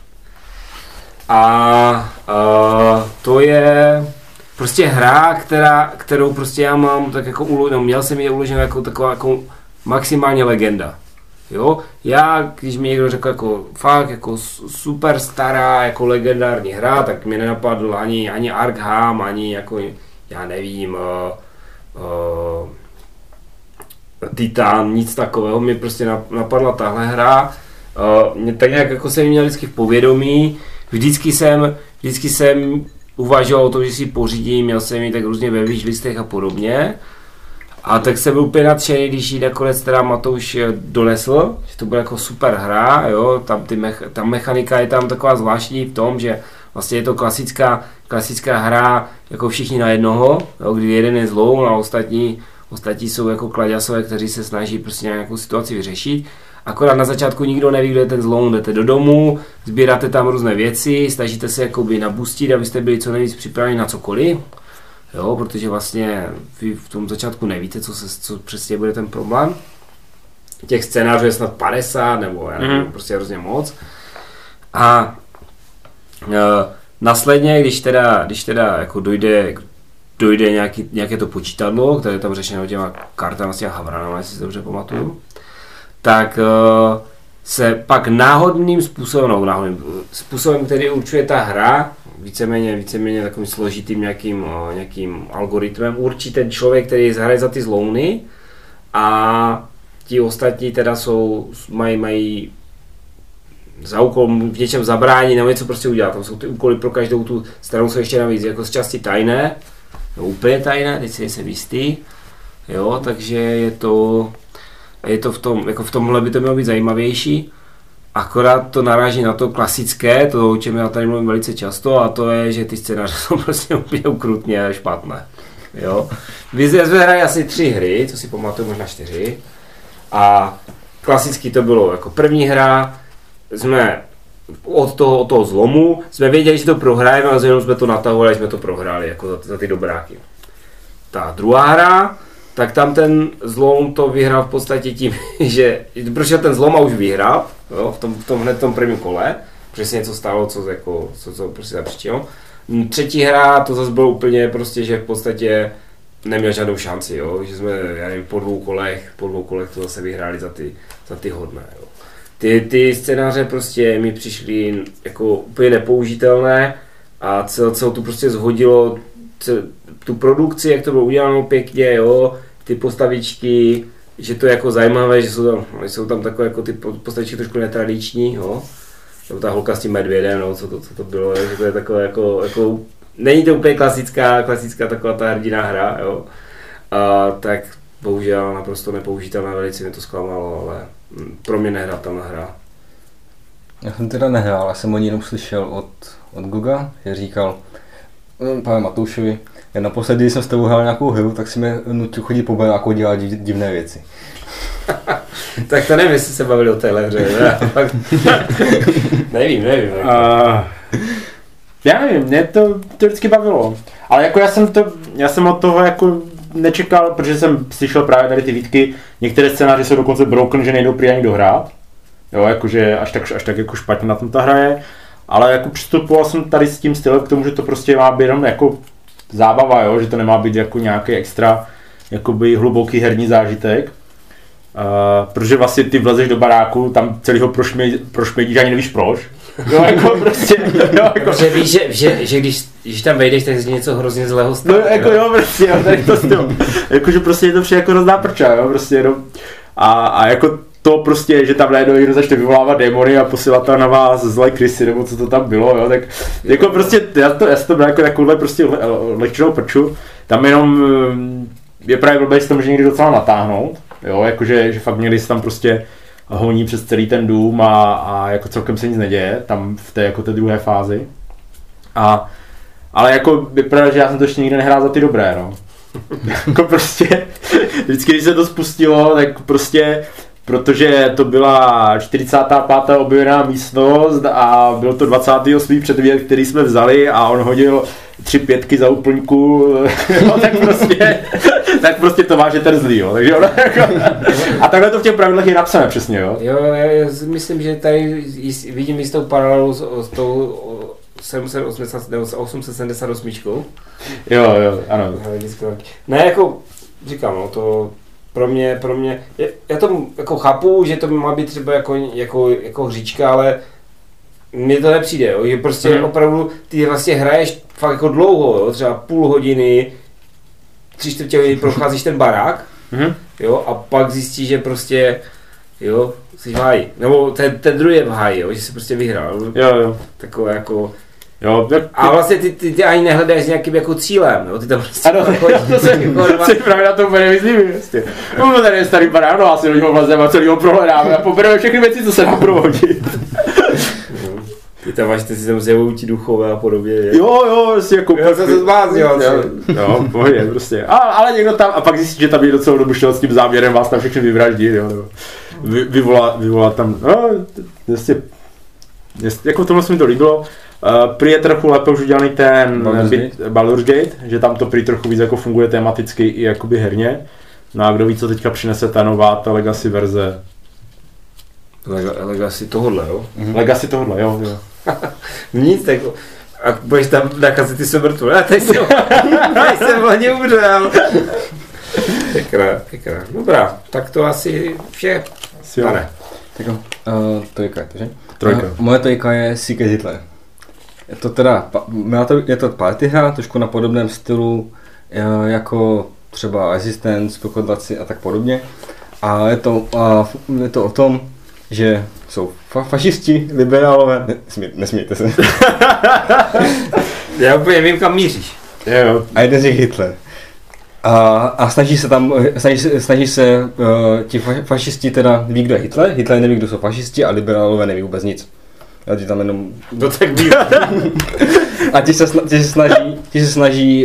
A to je prostě hra, kterou prostě já mám tak jako měl jsem ji uloženou jako taková jako maximálně legenda. Jo? Já, když mi někdo řekl jako fakt jako super stará jako legendární hra, tak mi nenapadl ani Arkham, ani jako já nevím Titan, nic takového, mi prostě napadla tahle hra. Tak nějak jako jsem měl vždycky v povědomí, vždycky jsem uvažoval o tom, že si pořídím, měl jsem ji tak různě ve wishlistech a podobně. A tak jsem byl úplně nadšený, když ji nakonec teda Matouš donesl, že to bude jako super hra, jo, ta mechanika je tam taková zvláštní v tom, že vlastně je to klasická hra jako všichni na jednoho, jo, kdy jeden je zlou a ostatní jsou jako kladěsové, kteří se snaží prostě nějakou situaci vyřešit. Akorát na začátku nikdo neví, kdo je ten zloun, jdete do domu, sbíráte tam různé věci, snažíte se jakoby nabustit, abyste byli co nejvíc připraveni na cokoliv. Jo, protože vlastně vy v tom začátku nevíte, co přesně bude ten problém. Těch scénářů je snad 50, nebo já nevím, prostě hrozně moc. A následně, když teda jako dojde nějaké to počítadlo, které je tam řešeno těma kartama s těma havranama, jestli si dobře pamatuju, tak se pak náhodným způsobem, který určuje ta hra, víceméně takovým složitým nějakým algoritmem, určí ten člověk, který hraje za ty zlouny a ti ostatní teda mají za úkol v něčem zabránit nebo něco prostě udělat. Tam jsou ty úkoly pro každou tu stranu, jsou ještě navíc jako z části tajné, no, úplně tajné, teď si jsem jistý, jo, takže je to v tomhle by to mělo být zajímavější. Akorát to naráží na to klasické, to, o čem já tady mluvím velice často, a to je, že ty scénáře jsou prostě úplně ukrutně špatné. Jo? Vy jsme hráli asi 3 hry, co si pamatuju, možná 4. A klasicky to bylo jako první hra, jsme od toho zlomu, jsme věděli, že to prohrajeme, ale jenom jsme to natahovali, jsme to prohráli jako za ty dobráky. Ta druhá hra, tak tam ten zlom to vyhrál v podstatě tím, že prošel ten zlom a už vyhrál, jo, v tom prvním kole, protože se něco stalo, co prostě zapříčilo. Třetí hra, to zase bylo úplně prostě, že v podstatě neměl žádnou šanci, jo, že jsme, já nevím, po dvou kolech to zase vyhráli za ty hodné, jo. Ty scénáře prostě mi přišly jako úplně nepoužitelné a celou tu prostě zhodilo tu produkci, jak to bylo uděláno pěkně, jo, ty postavičky, že to je jako zajímavé, že jsou tam takové jako ty postavičky trošku netradiční, jo. Nebo ta holka s tím medvědem, no, co to bylo, že to je takové jako není to úplně klasická taková ta hrdinná hra, jo. Tak bohužel naprosto nepoužitelná, velice mě to zklamalo, ale pro mě nehratelná hra. Já jsem teda nehrál, já jsem o ní jenom slyšel od Goga, že říkal pane Matoušovi, já naposledy, když jsem s tebou hrál nějakou hru, tak si mě nutil chodit po baráku a dělat divné věci. Tak to nevím, jestli se bavili o téhle hře, nevím. Já nevím, mě to vždycky bavilo, ale jako já jsem od toho jako nečekal, protože jsem slyšel právě tady ty výtky, některé scénáře jsou dokonce broken, že nejdou prý ani dohrát, Jo, jakože až tak jako špatně na tom ta hraje. Ale jako přistupoval jsem tady s tím stylem k tomu, že to prostě má být jenom jako zábava, jo? Že to nemá být jako nějaký extra jakoby hluboký herní zážitek. Protože vlastně ty vlezeš do baráku, tam celýho prošmědíš, ani nevíš proč. Jo, jako prostě, jo, jako. Protože víš, že když tam vejdeš, tak se něco hrozně zlého stane. No jako jo, prostě, jo, tady to styl. Jakože prostě je to vše jako hrozná prča, jo, prostě jenom. A jako to prostě, že tam najednou někdo začne vyvolávat démony a posílat tam na vás zlé krysy, nebo co to tam bylo, jo, tak jako prostě, já to byl jako takovouhle prostě lehčenou prču, tam jenom je právě blbej s tom, že někdy docela natáhnout, jo, jakože že fakt někdy se tam prostě honí přes celý ten dům a jako celkem se nic neděje, tam v té jako té druhé fázi. Ale jako vypadá, že já jsem to ještě nikdy nehrál za ty dobré, no. Jako prostě, vždycky, když se to spustilo, tak prostě, protože to byla 45. objevená místnost a byl to 28. předmět, který jsme vzali a on hodil 3 5 za úplňku, no, tak prostě to váže ten zlý, jo, takže ono jako, a takhle to v těch pravidlech je napsané přesně, jo. Jo, já myslím, že tady vidím jistou paralelu s tou 878. Jo, ano. Ne, jako říkám, no, to pro mě já to jako chápu, že to má být třeba jako hříčka, ale mně to nepřijde, jo, že prostě opravdu ty vlastně hraješ fakt jako dlouho, jo, třeba půl hodiny, 3/4 hodiny procházíš ten barák, jo, a pak zjistíš, že prostě, jo, jsi v háji, nebo ten druhý je v háji, jo, že jsi prostě vyhrál, jo. Takové jako. Jo, a vlastně ty ani nehledáš s nějakým jako cílem, no, ty tam prostě ano, to se právě na to úplně nemyslím, vlastně. No, tady je starý barák, no asi do něho vlezeme a celý ho prohledáme a pobereme všechny věci, co se dá prohodit. Ty tam máš, ty si tam zjevou ti duchové a podobně, je? Jo, vlastně jako. Já jsem se zbláznil, jo, pohodě, prostě. Ale někdo tam, a pak zjistí, že tam někdo celou dobu šel s tím záměrem vás tam všechny vyvraždit, jo, nebo vyvolat tam, no, vlastně, jako tohle se mi to líbilo. Prý je trochu lépe už udělaný ten Baldur's Gate, že tam to prý trochu víc jako funguje tematicky i jakoby herně. No a kdo ví, co teďka přinese ta nová, ta Legacy verze. Legacy tohodle, jo? Legacy tohodle, jo. Nic, tak a budeš tam nacházet ty mrtvý. A teď jsem hlavně umřel. Pěkná. Dobrá, tak to asi vše. Pane. Trojka, že? Trojka. Moje trojka je Secret Hitler. Je to teda, je to party hra, trošku na podobném stylu, jako třeba Resistance, Pokodlaci a tak podobně. A je to o tom, že jsou fašisti, liberálové, nesmějte se. Já úplně vím, kam míříš. Jo. A jeden z nich Hitler. A snaží se ti fašisti teda ví, kdo je Hitler, Hitler neví, kdo jsou fašisti a liberálové neví vůbec nic. Já ti tam jenom. To tak bývá. A ti se snaží,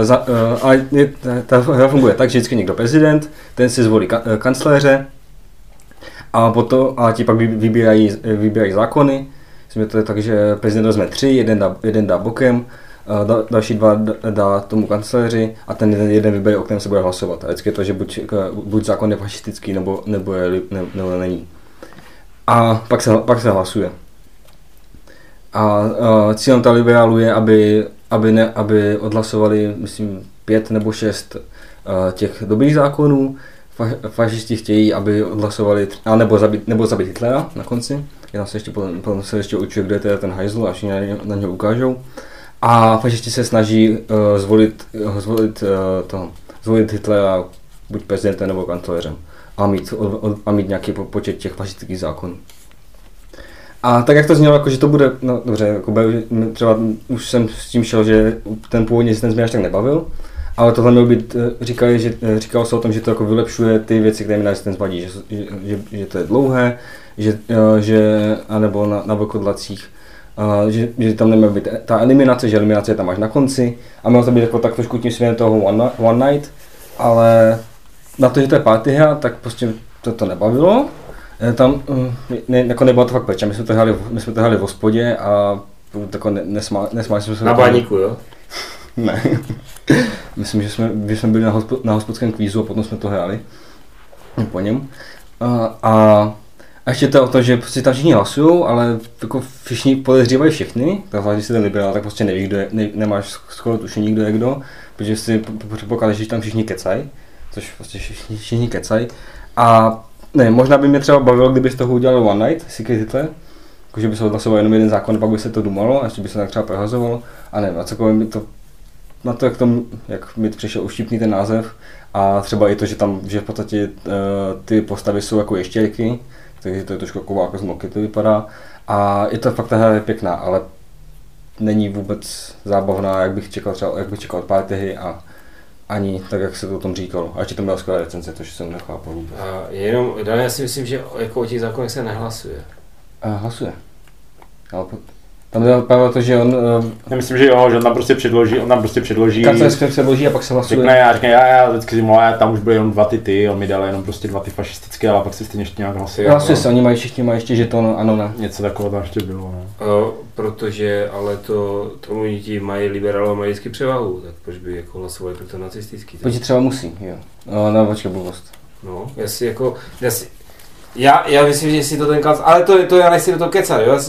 ta hra funguje tak, že vždycky někdo prezident, ten si zvolí kancléře a ti pak vybírají zákony. To je tak, že prezident vezme 3, jeden dá bokem, další 2 dá tomu kancléři a ten jeden vybere, o kterém se bude hlasovat. A vždycky je to, že buď zákon je fašistický, nebo není. A pak se hlasuje. A cílem ta liberálů je, aby odhlasovali, myslím, 5 nebo 6 těch dobrých zákonů. Fašisti chtějí, aby odhlasovali, nebo zabít Hitlera na konci. Já se ještě učuje, kde je teda ten hajzl, až na něj ukážou. A fašisti se snaží zvolit Hitlera buď prezidentem nebo kancléřem a mít nějaký počet těch fašistických zákonů. A tak jak to znělo, jako, že to bude, no dobře, jako, třeba už jsem s tím šel, že ten původní systém mě až tak nebavil, ale tohle mělo být, říkalo se o tom, že to jako vylepšuje ty věci, které mi na systém vadí, že to je dlouhé, anebo na vlkodlacích, že tam neměl být ta eliminace, že eliminace je tam až na konci a mělo to být jako tak trošku tím směrem toho One Night, ale na to, že to je party hra, tak prostě to nebavilo. Tam jako nebylo to fakt peče, my jsme to hráli v hospodě a jako nesmáli jsme se. Na baníku, jo? Ne. Myslím, že jsme byli na hospodském kvízu a potom jsme to hráli po něm. A ještě to o to, že prostě tam všichni hlasují, ale jako všichni podezřívají všechny, takže když jsi ten liberál, tak prostě nevíš, kdo je, nemáš skoro tušení, kdo je kdo, protože si předpokládáš, že tam všichni kecají, což prostě všichni kecají. A ne, možná by mě třeba bavilo, kdyby z toho udělal One Night, Secret Hitler, jakože by se odhlasoval jenom jeden zákon, pak by se to dumalo a ještě by se tak třeba prehazovalo. A nevím, a celkově mi to, na to, jak mi přišel uštipný ten název a třeba i to, že tam, že v podstatě ty postavy jsou jako ještěrky, takže to je trošku jako z Moky to vypadá. A je to fakt ta hra je pěkná, ale není vůbec zábavná, jak bych čekal od Partyhy a ani tak, jak se to o tom říkalo. A ještě to měla skvělá recenze, to jsem nechápal vůbec. A jenom, já si myslím, že jako o těch zákonech se nehlasuje. Hlasuje. Ale tam je právě to, že on... Já myslím, že jo, že on tam prostě předloží. Kancelář předloží a pak se hlasuje. Řekne, já říkám, já vždycky si mluvím, tam už byly jenom 2 ty, on mi dal jenom prostě 2 ty fašistické, ale pak si stejně ještě nějak hlasuje. Hlasuje se, oni všichni mají ještě žeton, ano, ne. Něco takového tam ještě bylo, no. Protože, ale tomu ti mají liberálové mají vždycky převahu, tak proč by jako hlasovali pro to nacistický? Protože třeba musí, jo. No, počkej, blbost. No, já myslím, že si to ten kanc, ale to já nechci do toho kecat, jo?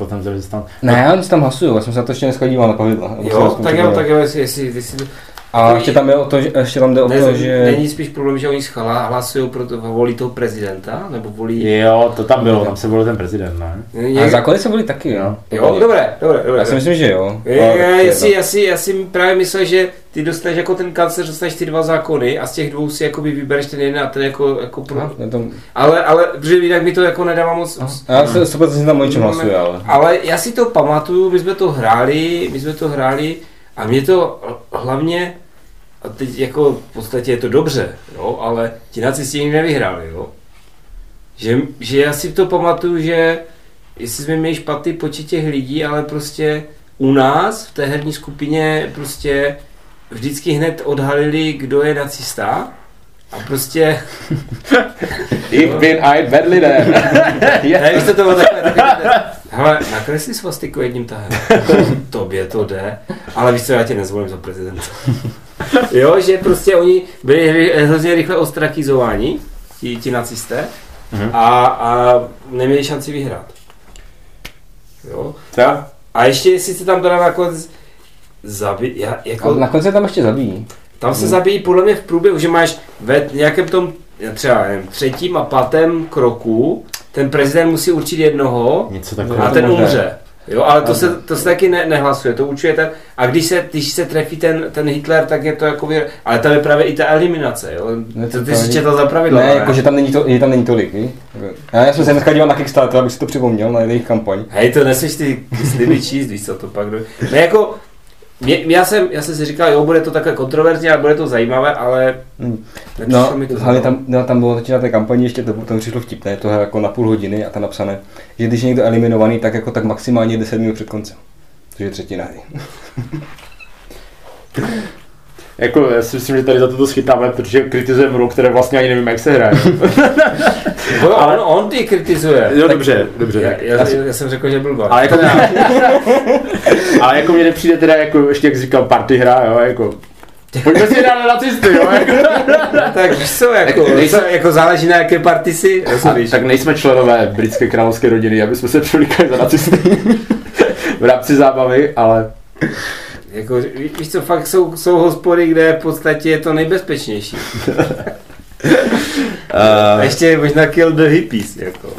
Ne, oni si tam hlasují, já jsem se na to ještě dneska díval na pravidla. Jo, tak jo, jestli a ještě tam jde o to, že... Není spíš problém, že oni hlasují volí toho prezidenta, nebo volí... Jo, to tam bylo, tam se volil ten prezident, ne? A zákony se volí taky, jo. Jo, dobré. Já si myslím, že jo. Já si právě myslel, že ty dostaneš jako ten kancléř, dostaneš ty 2 zákony a z těch 2 si jakoby vybereš ten jeden a ten jako pro... Ale protože jinak mi to jako nedává moc... Já se 100% tam o něčem hlasuje, ale... Ale já si to pamatuju, my jsme to hráli a mě to hlavně, a teď jako v podstatě je to dobře, jo, ale ti nacisti nikdy nevyhráli, jo. Že já si to pamatuju, že jestli jsme měli špatný počet těch lidí, ale prostě u nás v té herní skupině prostě vždycky hned odhalili, kdo je nacista a prostě... Ich bin ein Berliner. Ne, víš to bylo takové, hele, nakresli svastiku jedním tahem. Tobě to jde, ale víš co, já tě nezvolím za prezidenta. Jo, že prostě oni byli hrozně rychle ostrakizováni, ti nacisté, a neměli šanci vyhrát. Jo? A ještě jestli se tam teda nakonec zabít, jako... Nakonec se tam ještě zabíjí. Tam se zabíjí podle mě v průběhu, že máš ve nějakém tom, třeba nevím, 3. a 5. kroku, ten prezident musí určit jednoho a ten umře. Jo, ale to se taky nehlasuje, to určuje ten, a když se trefí ten Hitler, tak je to jako, ale tam je právě i ta eliminace, jo, ty jsi četl za pravidla. Ne, jakože tam není tolik, víš? Já jsem se dneska díval na Kickstarter, abych si to připomněl, na jejich kampaň. Hej, to nesmíš ty sliby číst, víš co to pak, ne jako, já jsem si říkal, jo, bude to takové kontroverzní, ale bude to zajímavé, ale... No, hlavně tam bylo teď na té kampani ještě to přišlo vtipné, to je jako na půl hodiny a tam napsané, že když je někdo eliminovaný, tak jako tak maximálně 10 minut před koncem. Což je třetina hry. Jako, já si myslím, že tady za to schytáme, protože kritizujeme hru, které vlastně ani nevím, jak se hraje. Ale on ty kritizuje. Jo, dobře. Já jsem řekl, že byl bar. Ale jako mně nepřijde teda, jako, ještě jak jsi říkal, party hra, jo, jako... Pojďme si dát nacisty, jo, jako... Tak víš co, jako záleží na jaké party si. Tak nejsme členové britské královské rodiny, aby jsme se převlíkali za nacisty v rámci zábavy, ale... Jako, víš co, fakt jsou hospody, kde v podstatě je to nejbezpečnější. A ještě možná kill the hippies, jako.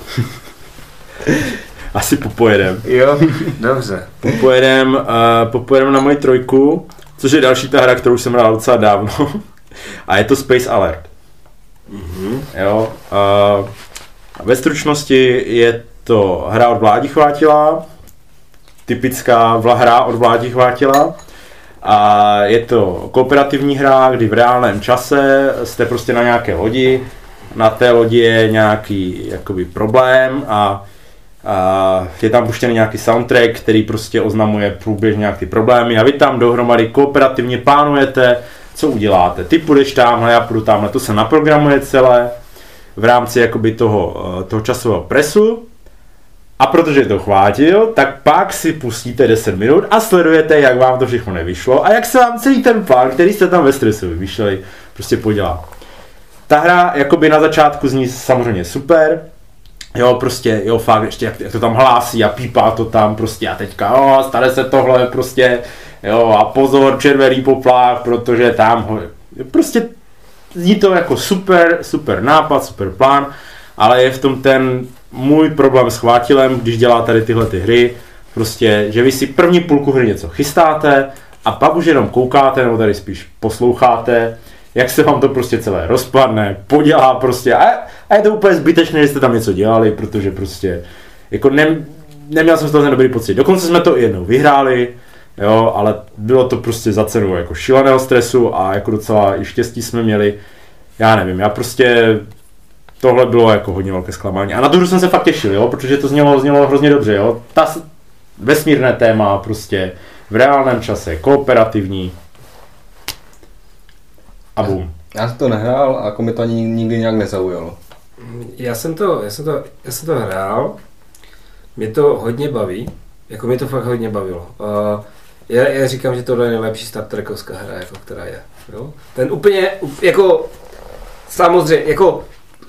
Asi popojedem. Jo, dobře. Popojedem na moji 3, což je další ta hra, kterou jsem hrál docela dávno. A je to Space Alert. Jo, ve stručnosti je to hra od Vládi Chvátila, typická hra od Vládi Chvátila. A je to kooperativní hra, kdy v reálném čase jste prostě na nějaké lodi, na té lodi je nějaký jakoby problém a je tam puštěný nějaký soundtrack, který prostě oznamuje průběžně nějaký problémy a vy tam dohromady kooperativně plánujete, co uděláte. Ty půjdeš tamhle, já půjdu tamhle, to se naprogramuje celé v rámci jakoby toho časového presu. A protože to chvátil, tak pak si pustíte 10 minut a sledujete, jak vám to všechno nevyšlo a jak se vám celý ten plán, který jste tam ve stresu vymýšleli, prostě podělá. Ta hra jakoby na začátku zní samozřejmě super, Jo, prostě, jo, fakt, ještě jak to tam hlásí a pípá to tam prostě a teďka, stane se tohle prostě, jo, a pozor, červený poplach, protože tam, prostě zní to jako super nápad, super plán, ale je v tom ten můj problém s chvátilem, když dělá tady tyhle ty hry, prostě, že vy si první půlku hry něco chystáte a pak už jenom koukáte, nebo tady spíš posloucháte, jak se vám to prostě celé rozpadne, podělá prostě a je to úplně zbytečné, že jste tam něco dělali, protože prostě jako neměl jsem z toho ten dobrý pocit. Dokonce jsme to i jednou vyhráli, jo, ale bylo to prostě za cenu jako šíleného stresu a jako docela i štěstí jsme měli. Já nevím, já prostě tohle bylo jako hodně velké zklamání. A na tu hru jsem se fakt těšil, jo, protože to znělo hrozně dobře, jo. Ta vesmírné téma prostě v reálném čase, kooperativní. A boom. Já jsem to nehrál a jako mi to ani nikdy nějak nezaujalo. Já jsem to hrál, mě to hodně baví, jako mě to fakt hodně bavilo. Já říkám, že tohle je nejlepší Star Trekovská hra, jako, která je. Jo? Ten úplně, jako, samozřejmě, jako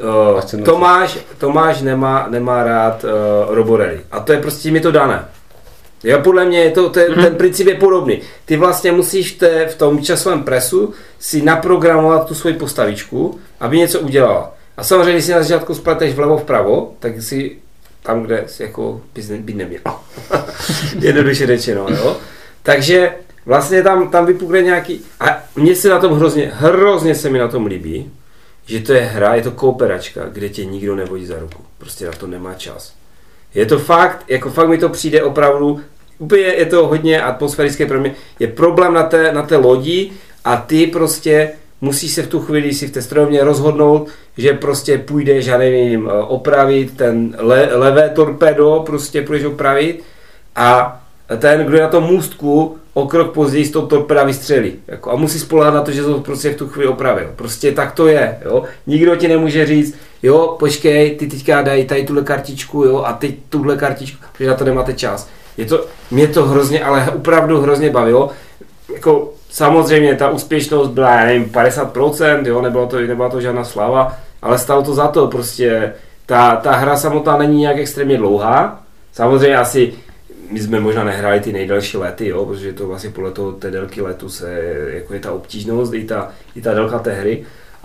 Tomáš nemá rád Roborelli a to je prostě mi to dané. Jo, podle mě je ten princip je podobný. Ty vlastně musíš v tom časovém presu si naprogramovat tu svoji postavičku, aby něco udělala. A samozřejmě, když si na začátku spleteš vlevo vpravo, tak si tam, kde si jako být neměl. Jednoduše řečeno, jo. Takže vlastně tam vypukne nějaký... A mně se na tom hrozně se mi na tom líbí, že to je hra, je to kooperačka, kde tě nikdo nevodí za ruku. Prostě na to nemá čas. Je to fakt, jako fakt mi to přijde opravdu, úplně je to hodně atmosférické pro mě. Je problém na té lodi a ty prostě musíš se v tu chvíli si v té strojovně rozhodnout, že prostě půjdeš, já nevím, opravit ten levé torpedo, prostě půjdeš opravit a ten, kdo je na tom můstku, o krok později z toho torpeda vystřelí. Jako, a musí spoléhat na to, že to prostě v tu chvíli opravil. Prostě tak to je. Jo? Nikdo ti nemůže říct, jo, počkej, ty teďka daj tady tuhle kartičku, jo, a teď tuhle kartičku, protože na to nemáte čas. Mě to hrozně, ale opravdu hrozně bavilo. Jako, samozřejmě ta úspěšnost byla, já nevím, 50%, jo, nebyla to žádná sláva, ale stalo to za to, prostě ta hra samotná není nějak extrémně dlouhá. Samozřejmě asi my jsme možná nehráli ty nejdelší lety, jo, protože to vlastně podle té délky letu jako je ta obtížnost, i ta délka té hry,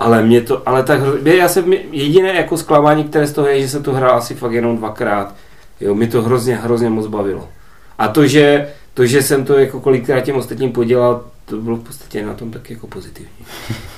jediné jako zklamání, které z toho je, že se to hrál asi fakt jenom 2krát, jo, mi to hrozně moc bavilo. A to, že jsem to jako kolikrát těm ostatním podělal, to bylo v podstatě na tom tak jako pozitivní.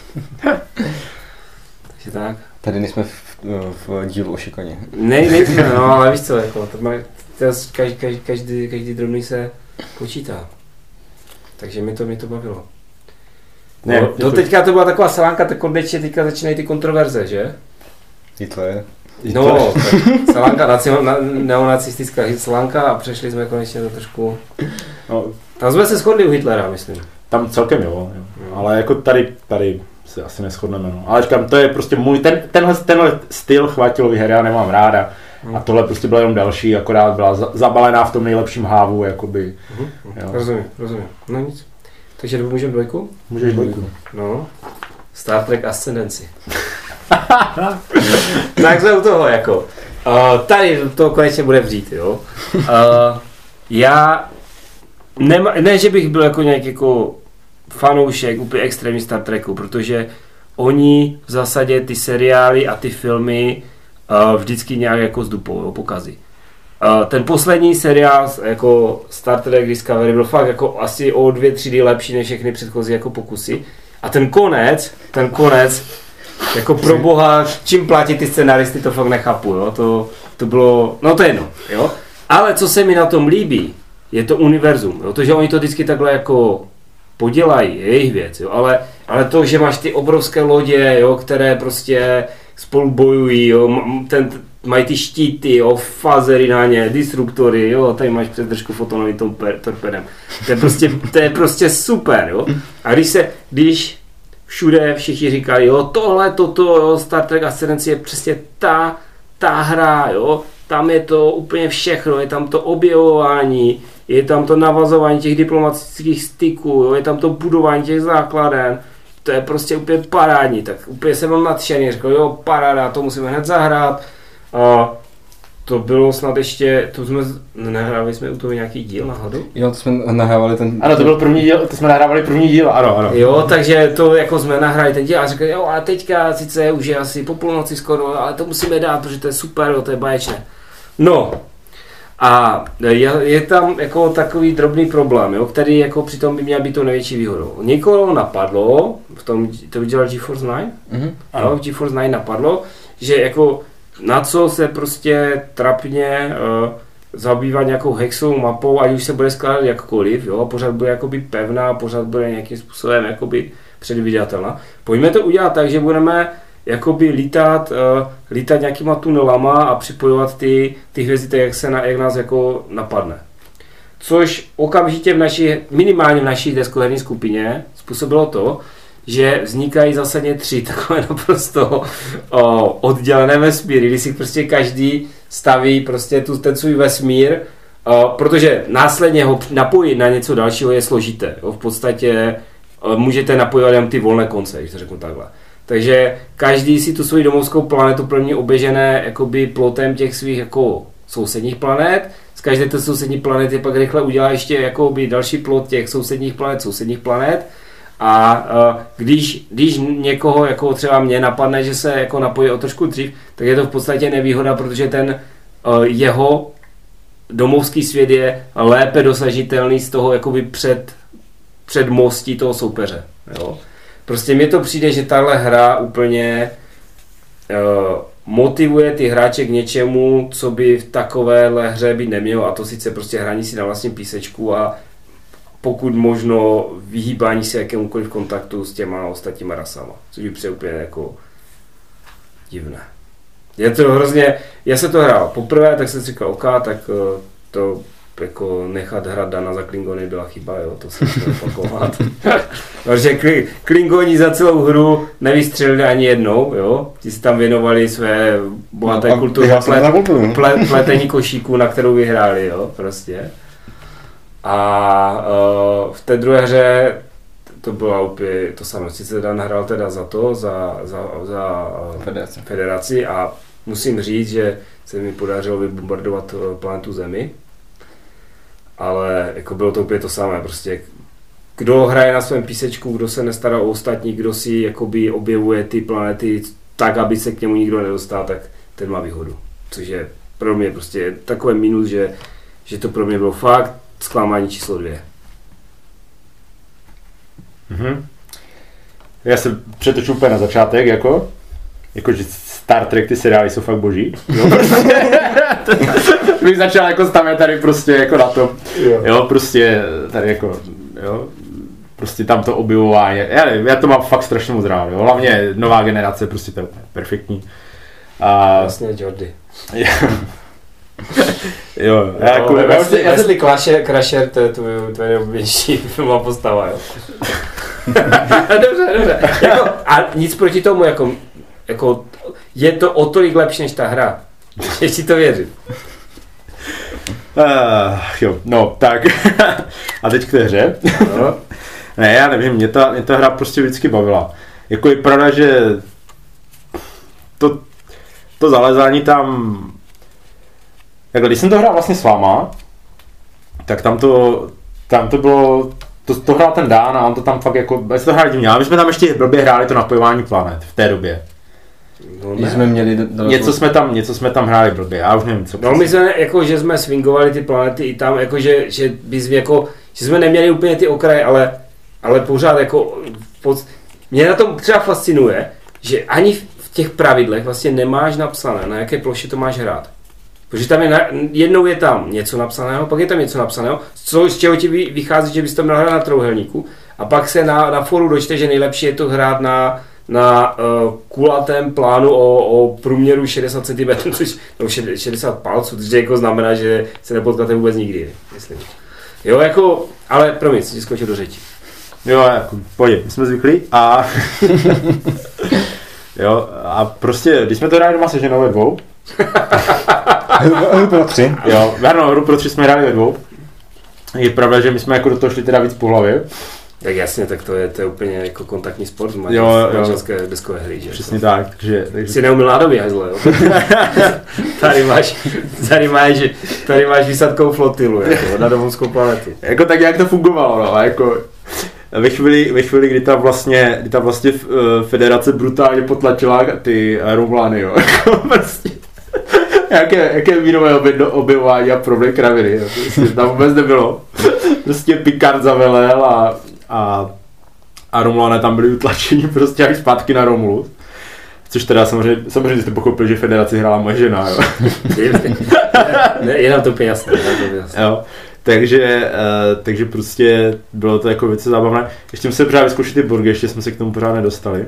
Takže tak. Tady nejsme v dílu o šikaně. Nejsme, no, ale víš co, jako, každý drobný se počítá. Takže mi to bavilo. Ne, teďka to byla taková salánka, tak konečně teďka začínají ty kontroverze, že? I to je. No, salánka, neonacistická salánka a přešli jsme konečně do trošku... No, tam jsme se shodli u Hitlera, myslím. Tam celkem jo. Ale jako tady se asi neshodneme. No. Ale říkám, to je prostě můj, tenhle styl chvátilový her já nemám ráda. A tohle prostě byla jenom další, akorát byla zabalená v tom nejlepším hávu, jakoby. Rozumím. No nic. Takže můžeme dvojku? Můžeš dvojku. No. Star Trek Ascendancy. Tak jsme u toho, jako. Tady to konečně bude vřít, jo. Já ne, že bych byl jako nějaký jako fanoušek úplně extrémní Star Treku, protože oni v zásadě ty seriály a ty filmy vždycky nějak jako zdupou, pokazí. Ten poslední seriál jako Star Trek Discovery byl fakt jako asi o 2 třídy lepší než všechny předchozí jako pokusy. A ten konec, jako pro boha, čím platí ty scenaristy, to fakt nechápu, jo? To bylo, no to je jedno, jo? Ale co se mi na tom líbí, je to univerzum, jo? To, že oni to vždycky takhle jako podělají, je jejich věc, jo? Ale to, že máš ty obrovské lodě, jo? Které prostě spolu bojují, jo? Mají ty štíty, jo? Fazery na ně, disruptory, jo? Tady máš předržku fotonovým torpedem. To je prostě super, jo? A když všude všichni říkají, jo, jo, Star Trek Ascendancy je přesně ta hra, jo, tam je to úplně všechno, je tam to objevování, je tam to navazování těch diplomatických styků, jo, je tam to budování těch základen, to je prostě úplně parádní, tak úplně jsem byl nadšený, řekl, jo, paráda, to musíme hned zahrát. to bylo snad ještě, nahrávali jsme u toho nějaký díl náhodou? Jo, to jsme nahrávali ten... Ano, to byl první díl, to jsme nahrávali první díl, ano. Jo, takže to jako jsme nahráli ten díl a řekli, jo, a teďka sice už je asi po půlnoci skoro, ale to musíme dát, protože to je super, jo, to je báječné. No, a je tam jako takový drobný problém, jo, který jako přitom by měl být to největší výhodou. Někoho napadlo, v tom, to dělal GeForce 9? Jo, v GeForce 9 napadlo, že jako na co se prostě trapně zabývat nějakou hexovou mapou, ať už se bude skládat jakkoliv, jo, pořád bude jakoby pevná, pořád bude nějakým způsobem jakoby předvídatelná. Pojďme to udělat tak, že budeme jakoby lítat nějakýma tunelama a připojovat ty hvězdy tak, jak nás jako napadne. Což okamžitě minimálně v naší deskoherní skupině způsobilo to, že vznikají zásadně 3 takové naprosto oddělené vesmíry, kdy si prostě každý staví prostě ten svůj vesmír, protože následně ho napojit na něco dalšího je složité. Jo? V podstatě můžete napojovat jen ty volné konce, když to řeknu takhle. Takže každý si tu svoji domovskou planetu plně oběžené jakoby plotem těch svých jako sousedních planet. Z každé té sousední planety pak rychle udělá ještě jakoby další plot těch sousedních planet. A když někoho, jako třeba mě napadne, že se jako napojí o trošku dřív, tak je to v podstatě nevýhoda, protože ten jeho domovský svět je lépe dosažitelný z toho jakoby před mostí toho soupeře. Jo? Prostě mně to přijde, že tahle hra úplně motivuje ty hráče k něčemu, co by v takovéhle hře být nemělo, a to sice prostě hraní si na vlastním písečku a pokud možno vyhýbání se jakémukoliv kontaktu s těma ostatníma rasama, což je přijde úplně jako divné. Je to hrozně, já se to hrál poprvé, tak jsem si říkal, OK, tak to jako nechat hrát Dana za Klingony byla chyba, jo, to se musím opakovat. Protože Klingoni za celou hru nevystřelili ani jednou, jo, ti si tam věnovali své bohaté kultury pletení košíků, na kterou vyhráli, jo, prostě. A v té druhé hře to bylo úplně to samé. Sice Dan hrál teda za federaci a musím říct, že se mi podařilo vybombardovat planetu Zemi. Ale jako bylo to úplně to samé. Prostě kdo hraje na svém písečku, kdo se nestará o ostatní, kdo si jakoby objevuje ty planety tak, aby se k němu nikdo nedostal, tak ten má výhodu. Což je pro mě prostě takové minus, že to pro mě bylo fakt zklamání číslo 2. Já se přetoču úplně na začátek, že Star Trek, ty seriály jsou fakt boží. Bych začal jako stavět tady prostě jako na to. Jo, prostě tady jako, jo, prostě tam to objevování. Já to mám fakt strašně moc rád, jo. Hlavně nová generace, prostě to je perfektní. A vlastně Jordi. Jo, Wesley Crusher, to je tvoje nejoblíbenější filmová postava, jo. Dobře. Jako, a nic proti tomu, jako je to o tolik lepší než ta hra. Ještě to věřím. Jo, no, tak. A teď k té hře. No. Ne, já nevím, mě ta hra prostě vždycky bavila. Jako je pravda, že to zalezání tam... Jako, když jsem to hrál vlastně s váma, tak tam to bylo... To hrál ten Dan a on to tam fakt jako... My jsme to hráli divně, ale my jsme tam ještě blbě hráli to napojování planet v té době. No, jsme měli něco jsme tam hráli blbě, já už nevím co. No my jsme jako, že jsme swingovali ty planety i tam, jako že jsme neměli úplně ty okraje, ale pořád jako... Mě na tom třeba fascinuje, že ani v těch pravidlech vlastně nemáš napsané, na jaké ploše to máš hrát. Protože tam jednou je tam něco napsaného, pak je tam něco napsaného, z čeho ti vychází, že bys to měl hrát na trouhelníku, a pak se na foru dočte, že nejlepší je to hrát na kulatém plánu o průměru 60 cm, což 60 palců, což jako znamená, že se nepotkáte vůbec nikdy, myslím. Jo, jako, ale promiň, si skočil do řeči. Jo, jako, pojď, my jsme zvyklí a... jo, a prostě, když jsme to hráli doma se ženou ve dvou, Hru pro 3. Jo, hru pro 3 jsme hráli ve dvou. Je pravda, že my jsme jako do toho šli teda víc po hlavě. Tak jasně, tak to je úplně jako kontaktní sport, manželské deskové hry, že? Přesně tak, takže... Jsi neuměl nádobí, hajzle, jo? tady máš výsadkovou flotilu, jako, na domovskou planetu. Jako tak, jak to fungovalo, no, jako... Ve chvíli, kdy tam vlastně federace brutálně potlačila ty Romlány, jo, prostě... Jaké vínové objevování a problém kraviny, jo, prostě tam vůbec nebylo. Prostě Picard zavelel a Romulané tam byli utlačeni prostě až zpátky na Romulus. Což teda samozřejmě jste pochopili, že federaci hrála moje žena, jo. Je nám to úplně jasné. Jo. Takže prostě bylo to jako věci zábavné. Ještě jsem se pořád vyzkoušet ty burgy, ještě jsme se k tomu pořád nedostali.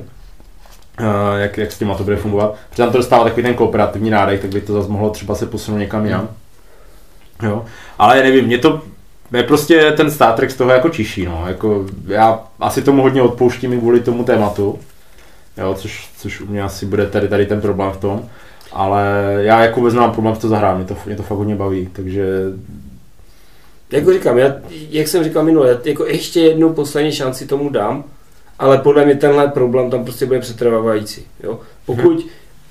Jak s těma to bude fungovat. Protože tam to dostává takový ten kooperativní nádech, tak by to zase mohlo třeba se posunout někam jinam. Jo. Ale nevím, mě prostě ten Star Trek z toho jako čiší, no. Jako, já asi tomu hodně odpouštím i kvůli tomu tématu. Jo, což u mě asi bude tady ten problém v tom. Ale já jako vůbec nemám problém v to zahrát, mě to fakt hodně baví, takže... Jako říkám, jak jsem říkal minule, jako ještě jednu poslední šanci tomu dám, ale podle mě tenhle problém tam prostě bude přetrvávající. Jo? Pokud,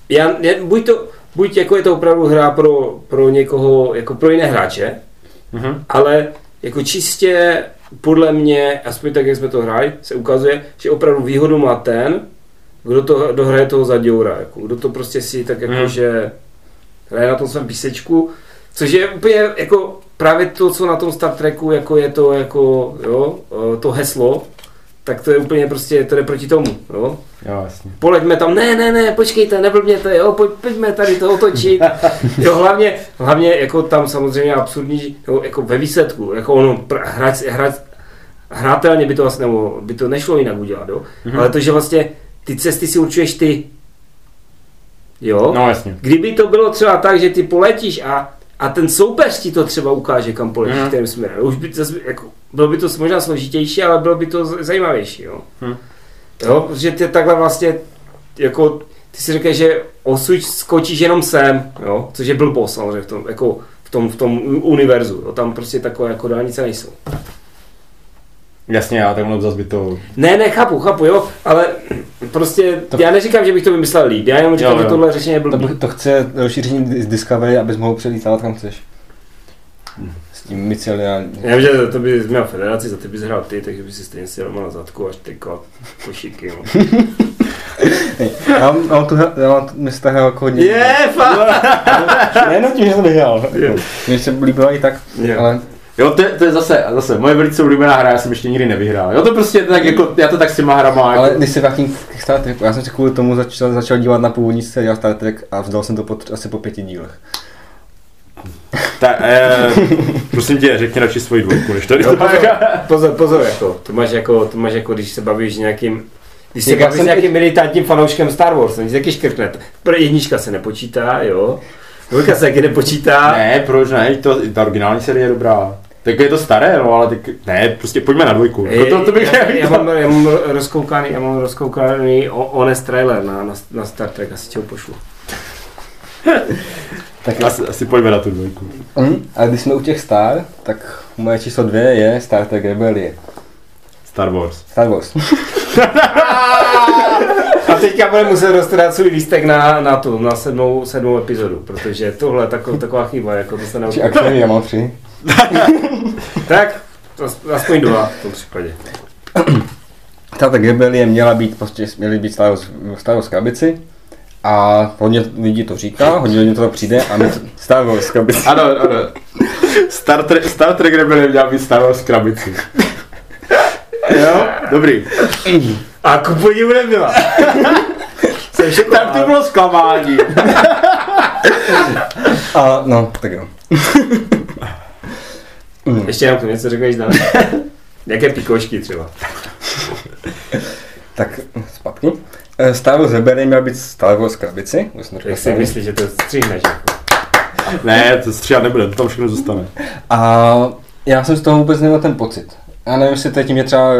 buď jako je to opravdu hra pro někoho, jako pro jiné hráče, ale jako čistě podle mě, aspoň tak, jak jsme to hráli, se ukazuje, že opravdu výhodu má ten, kdo to dohraje toho zaděura, jako, kdo to prostě si tak jako, že hraje na tom svém písečku, což je úplně jako právě to, co na tom Star Treku jako je to jako, jo, to heslo, tak to je úplně prostě, to jde proti tomu, jo. Jo, jasně. Poleďme tam, ne, počkejte, neblbněte, jo, pojďme tady to otočit. Jo, hlavně jako tam samozřejmě absurdní, jako ve výsledku, jako ono, hrátelně by to vlastně, nebo by to nešlo jinak udělat, jo. Ale to, že vlastně ty cesty si určuješ ty, jo. No, jasně. Kdyby to bylo třeba tak, že ty poletíš a ten soupeř ti to třeba ukáže, kam poletíš, kterým směrem. Už by to, jako, bylo by to možná složitější, ale bylo by to zajímavější, jo. Jo, protože ty takhle vlastně, jako, ty si řekneš, že osuď skočíš jenom sem, jo, což je blbost samozřejmě v tom univerzu, jo, tam prostě takové jako dálnice nejsou. Jasně, já takhle zase by to... Ne, chápu, jo, ale prostě, já neříkám, že bych to vymyslel líp, já jenom říkám, že tohle řešení je blbý. To chce rozšíření z Discovery, abys mohl přelítávat kam chceš. S tím myceliální. Já vím, že to bys měl federaci, za ty bys hrál ty, takže bys si stejně si rovnal na zadku až ty košíky, no. Já mám města hrál jako hodně. fakt! Nejenom tím, že jsem vyhrál. Mně se líbilo i tak, ale... Jo, to je zase, moje velice oblíbená hra, já jsem ještě nikdy nevyhrál. Jo, to prostě tak jako, já to tak s těma hrama. Ale jako... když se vrátím k Star Treku, já jsem se kvůli tomu začal dívat na původní seriál Star Trek a vzdal jsem to asi po 5 dílech. Tak, prosím tě, řekni radši svoji dvojku, než tady. Pozor, jako, to máš jako, když se bavíš nějakým, když se bavíš s nějakým militantním fanouškem Star Wars, není taky škrtne. Jednička se nepočítá, jo. Dvojka se taky nepočítá. Ne, proč ne, ta originální série je dobrá. Tak je to staré, no, ale ne, prostě pojďme na dvojku. Já mám rozkoukaný honest trailer na Star Trek, asi tě ho pošlu. Tak asi pojďme na tu dvojku. A když jsme u těch Star, tak moje číslo 2 je Star Trek Rebellie. Star Wars. A teďka budeme muset roztrhat svůj lístek na sedmou epizodu, protože tohle je taková chyba, jako to se neudělá. Či já mám 3. Tak, aspoň 2 v tom případě. Star Trek Rebellie měly být Star Wars krabici a hodně lidí to říká, hodně lidí to přijde a my Star Wars krabici. Ano. Star Trek Rebellie měla být Star Wars krabici. Jo, dobrý. A ku podivu nebyla. Tak to bylo zklamání. A no, tak jo. Ještě jenom něco řekneš dál. Jaké pikošky třeba. Tak zpátky. Star Wars Rebellie měl být Star Wars krabici. Jak si myslíš, že to stříhneš? Ne, to stříhat nebude, to tam všechno zůstane. A já jsem z toho vůbec neměl ten pocit. Já nevím, jestli tím je třeba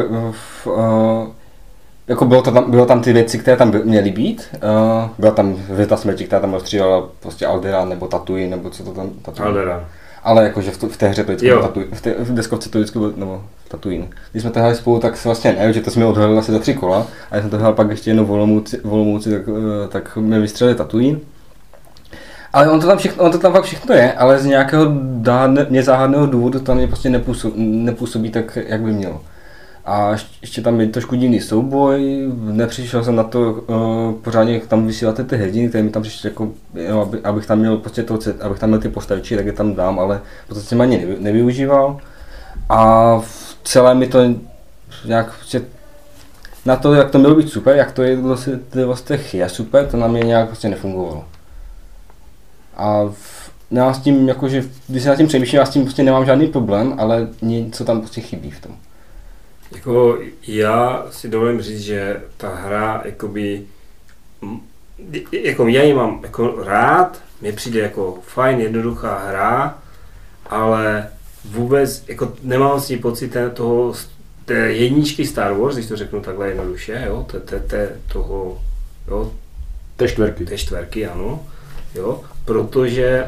jako bylo tam ty věci, které tam měly být. Byla tam Věta smrti, která tam rozstřílela prostě Alderaan nebo Tatooine, nebo co to tam... Ale jakože v té hře to vždycky bylo v deskovce to vždycky bylo, nebo Tatooine. Když jsme to hráli spolu, tak se vlastně ne, že to jsme odhalili asi za 3 kola, a když jsme to hráli pak ještě jednou v Olomouci, tak mě vystřelili Tatooine. Ale on to tam fakt všechno je, ale z nějakého nezáhadného důvodu tam mě prostě nepůsobí tak, jak by mělo. A ještě tam je trošku divný souboj, nepřišel jsem na to pořádně tam vysílat ty hrdiny, které mi tam přišly jako, abych tam měl prostě abych tam měl ty postavičky, tak je tam dám, ale v podstatě jsem ani nevyužíval. A celé mi to nějak prostě na to, jak to mělo být super, jak to je vlastně je super, to na mě nějak prostě nefungovalo. A já s tím, jakože, když se nad tím přemýšlím, já s tím prostě nemám žádný problém, ale něco tam prostě chybí v tom. Jako já si dovolím říct, že ta hra, jakoby, jako já ji mám jako rád, mně přijde jako fajn, jednoduchá hra, ale vůbec, jako nemám si pocit té jedničky Star Wars, když to řeknu takhle jednoduše, jo, toho, jo, té čtverky, ano, jo, protože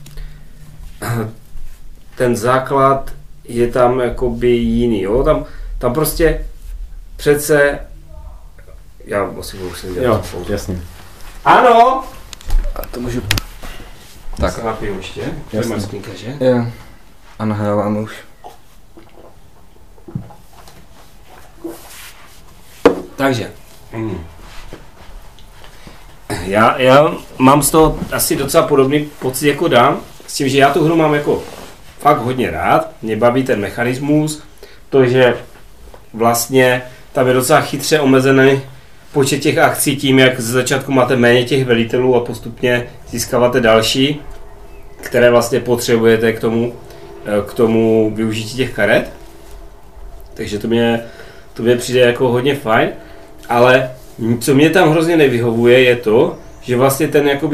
ten základ je tam jakoby jiný, jo, tam prostě přece, já asi musím dělat. Jo, jasně. Ano! A to můžu... Tak. Se napiju ještě, to máš sklinka, že? Jo. A nahráváme už. Takže. Já mám z toho asi docela podobný pocit jako Dan, s tím, že já tu hru mám jako fakt hodně rád, mě baví ten mechanismus, to, že vlastně tam je docela chytře omezený počet těch akcí tím, jak ze začátku máte méně těch velitelů a postupně získáváte další, které vlastně potřebujete k tomu využití těch karet. Takže to mě přijde jako hodně fajn, ale co mě tam hrozně nevyhovuje je to, že vlastně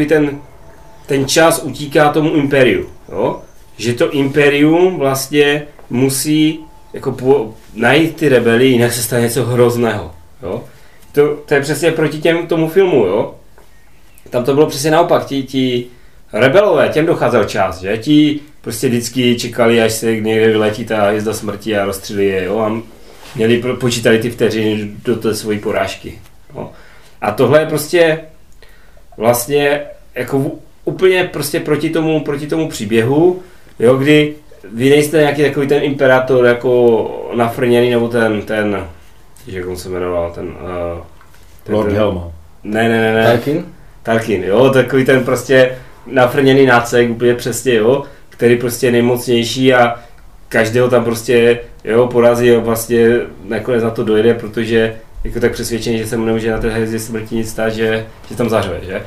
ten čas utíká tomu impériu, jo? Že to impérium vlastně musí jako najít ty rebely, jinak se stane něco hrozného, jo? To je přesně proti tomu filmu, jo? Tam to bylo přesně naopak, ti rebelové, těm docházel čas, že? Ti prostě vždycky čekali, až se někde vyletí ta hvězda smrti a rozstřelí je, jo? A počítali ty vteřiny do té svojí porážky, jo? A tohle je prostě vlastně jako úplně prostě proti tomu příběhu, jo? Kdy vy nejste nějaký takový ten imperátor jako nafrněný, nebo ten jak on se jmenoval, Lord Helma. Ne. Tarkin, jo, takový ten prostě nafrněný nácek, úplně přesně, jo, který prostě je nejmocnější a každého tam prostě, jo, porazí a vlastně nakonec na to dojde, protože jako tak přesvědčený, že se mu nemůže na té hvězdě smrti nic stát, že tam zařve, že?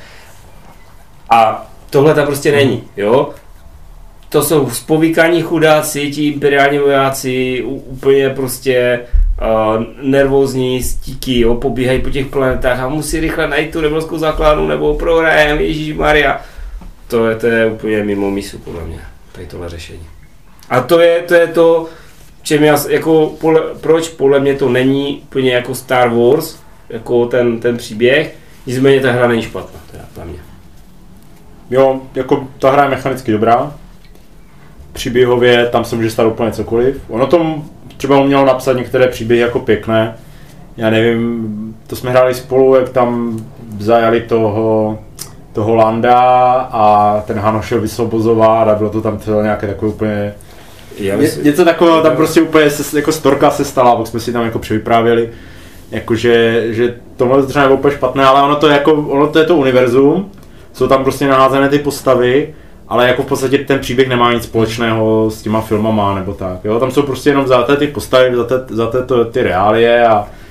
A tohle tam prostě není, jo. To jsou zpovíkaní chudáci, ti imperiální vojáci, úplně prostě nervózní, stíky, jo, pobíhají po těch planetách a musí rychle najít tu rebelskou základnu nebo prohrajem, Ježíšmarja. To je úplně mimo mísu podle mě, tady tohle řešení. A to je to, čem já, jako proč podle mě to není úplně jako Star Wars, jako ten příběh, nicméně ta hra není špatná, teda za mě. Jo, jako ta hra je mechanicky dobrá, příběhově tam se může stát úplně cokoliv. Ono tom třeba umělo napsat některé příběhy jako pěkné. Já nevím, to jsme hráli spolu, jak tam zajali toho Landa a ten Han šel vysvobozovat a bylo to tam třeba nějaké takové úplně... Něco takového tam prostě úplně jako storka se stala, pak jsme si tam jako převyprávěli. Jakože, že tohle třeba nebylo úplně špatné, ale ono to je to univerzum, jsou tam prostě naházené ty postavy, ale jako v podstatě ten příběh nemá nic společného s těma filmama nebo tak, jo, tam jsou prostě jenom vzaté ty postavy, vzaté ty reálie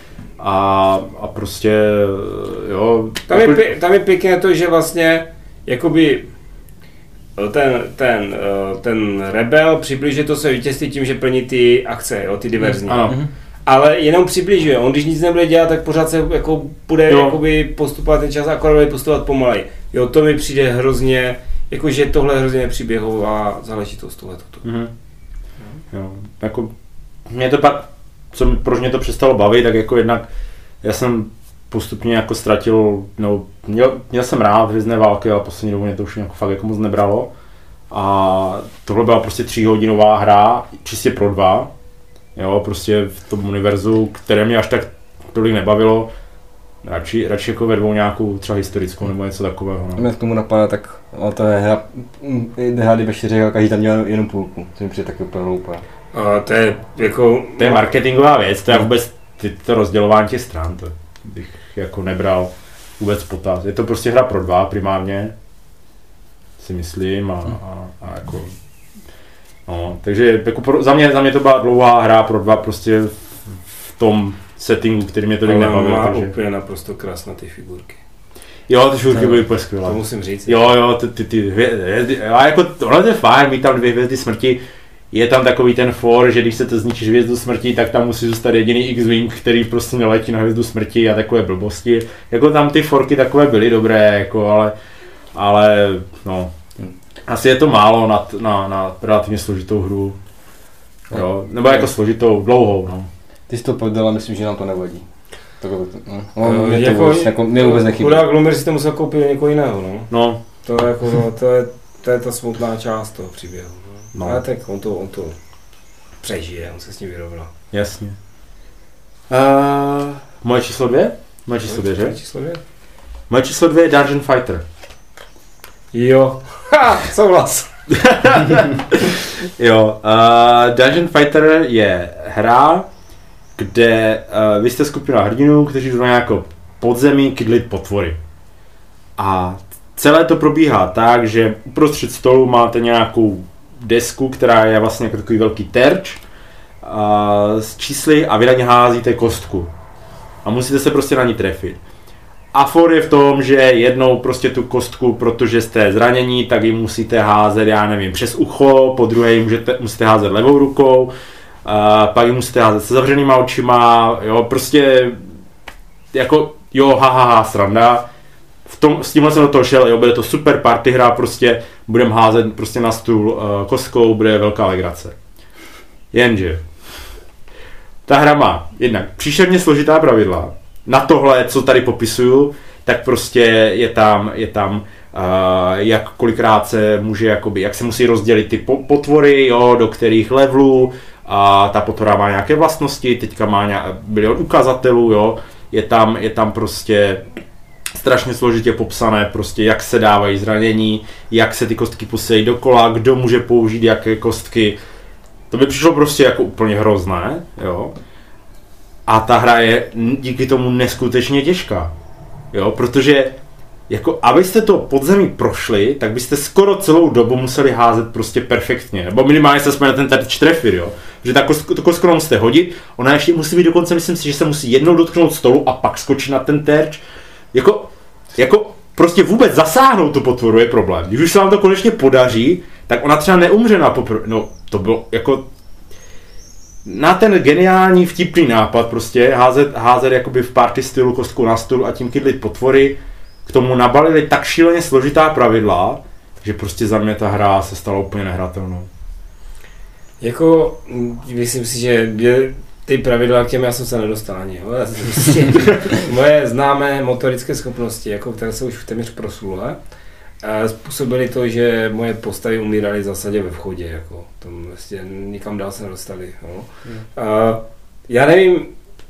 a prostě, jo. Tam je pěkně to, že vlastně, jakoby ten rebel přibližuje to své vítězství tím, že plní ty akce, jo, ty diverzní. Ano. Ale jenom přibližuje, on když nic nebude dělat, tak pořád se jako bude jakoby postupovat ten čas, akorát bude postupovat pomalej. Jo, to mi přijde hrozně, jakože tohle je hrozně nepříběhová záležitost tohleto. Jo, jako mě to pak, proč mě to přestalo bavit, tak jako jednak já jsem postupně jako ztratil, no měl jsem rád Hvězdné války, ale poslední dobou mě to už jako fakt jako moc nebralo. A tohle byla prostě 3hodinová hra, čistě pro 2. Jo, prostě v tom univerzu, které mě až tak tolik nebavilo. Radši jako ve 2 nějakou třeba historickou nebo něco takového. No. Mě k tomu napadá, tak to je hra, kdyby 4 a každý tam měl jenom půlku, to mi přijde taky úplně hloupé. To je jako... To je marketingová věc, to je vůbec to rozdělování těch stran, to bych jako nebral vůbec potaz. Je to prostě hra pro 2 primárně, si myslím a jako... No, takže jako za mě to byla dlouhá hra pro 2 prostě v tom settingu, který mě tolik nebavil. Má úplně naprosto krásné ty figurky. Jo, ty figurky byly úplně skvělé. To musím říct. Jo, ty hvězdy, a jako tohle je fajn, mít tam 2 hvězdy smrti. Je tam takový ten for, že když se to zničíš hvězdu smrti, tak tam musí zůstat jediný X-Wing, který prostě neletí na hvězdu smrti a takové blbosti. Jako tam ty forky takové byly dobré, jako, ale no. Asi je to málo na relativně složitou hru. Jo, nebo jako složitou, dlouhou, no. Ty jsi to povedal a myslím, že nám to nevadí. Mě vůbec nechybí. Chudák Lumir si to musel koupit někoho jiného, no. No. To je jako, to je ta smutná část toho příběhu. No. Ale tak on to přežije, on se s ním vyrovná. Jasně. Moje číslo 2? Moje číslo 2, že? Moje číslo 2 je Dungeon Fighter. Jo. Souhlas. Jo, Dungeon Fighter je hra, kde vy jste skupina hrdinů, kteří jdou na nějakou podzemí kydlit potvory. A celé to probíhá tak, že uprostřed stolu máte nějakou desku, která je vlastně jako takový velký terč s čísly a vy na ně házíte kostku. A musíte se prostě na ní trefit. A for je v tom, že jednou prostě tu kostku, protože jste zranění, tak ji musíte házet, já nevím, přes ucho, po druhé musíte házet levou rukou, pak ji musíte házet se zavřenýma očima, jo, prostě jako jo, sranda. S tímhle jsem do toho šel, jo, bude to super party hra, prostě budeme házet prostě na stůl kostkou, bude velká legrace. Jenže ta hra má jednak příšerně složitá pravidla. Na tohle, co tady popisuju, tak prostě je tam jak kolikrát se může, jakoby, jak se musí rozdělit ty potvory, jo, do kterých levelů, a ta potvora má nějaké vlastnosti, teďka má bilion ukazatelů, jo, je tam prostě strašně složitě popsané, prostě jak se dávají zranění, jak se ty kostky posejí dokola, kdo může použít jaké kostky. To by přišlo prostě jako úplně hrozné, jo. A ta hra je díky tomu neskutečně těžká, jo, protože jako abyste to podzemí prošli, tak byste skoro celou dobu museli házet prostě perfektně, nebo minimálně se jsme na ten terč trefit, jo, že tu kostku musíte hodit, ona ještě musí být dokonce, myslím si, že se musí jednou dotknout stolu a pak skočit na ten terč, jako prostě vůbec zasáhnout tu potvoru je problém, když už se vám to konečně podaří, tak ona třeba neumře na poprvé, no to bylo jako na ten geniální vtipný nápad prostě házet jakoby v party stylu kostku na stůl a tím kydlit potvory, k tomu nabalili tak šíleně složitá pravidla, že prostě za mě ta hra se stala úplně nehratelnou. Jako, myslím si, že ty pravidla k těm já jsem se nedostal ani, jo. Moje známé motorické schopnosti, jako které jsou už téměř proslulé, způsobili to, že moje postavy umíraly v zásadě ve vchodě, jako tam vlastně nikam dál se nedostali. Jo. Já nevím,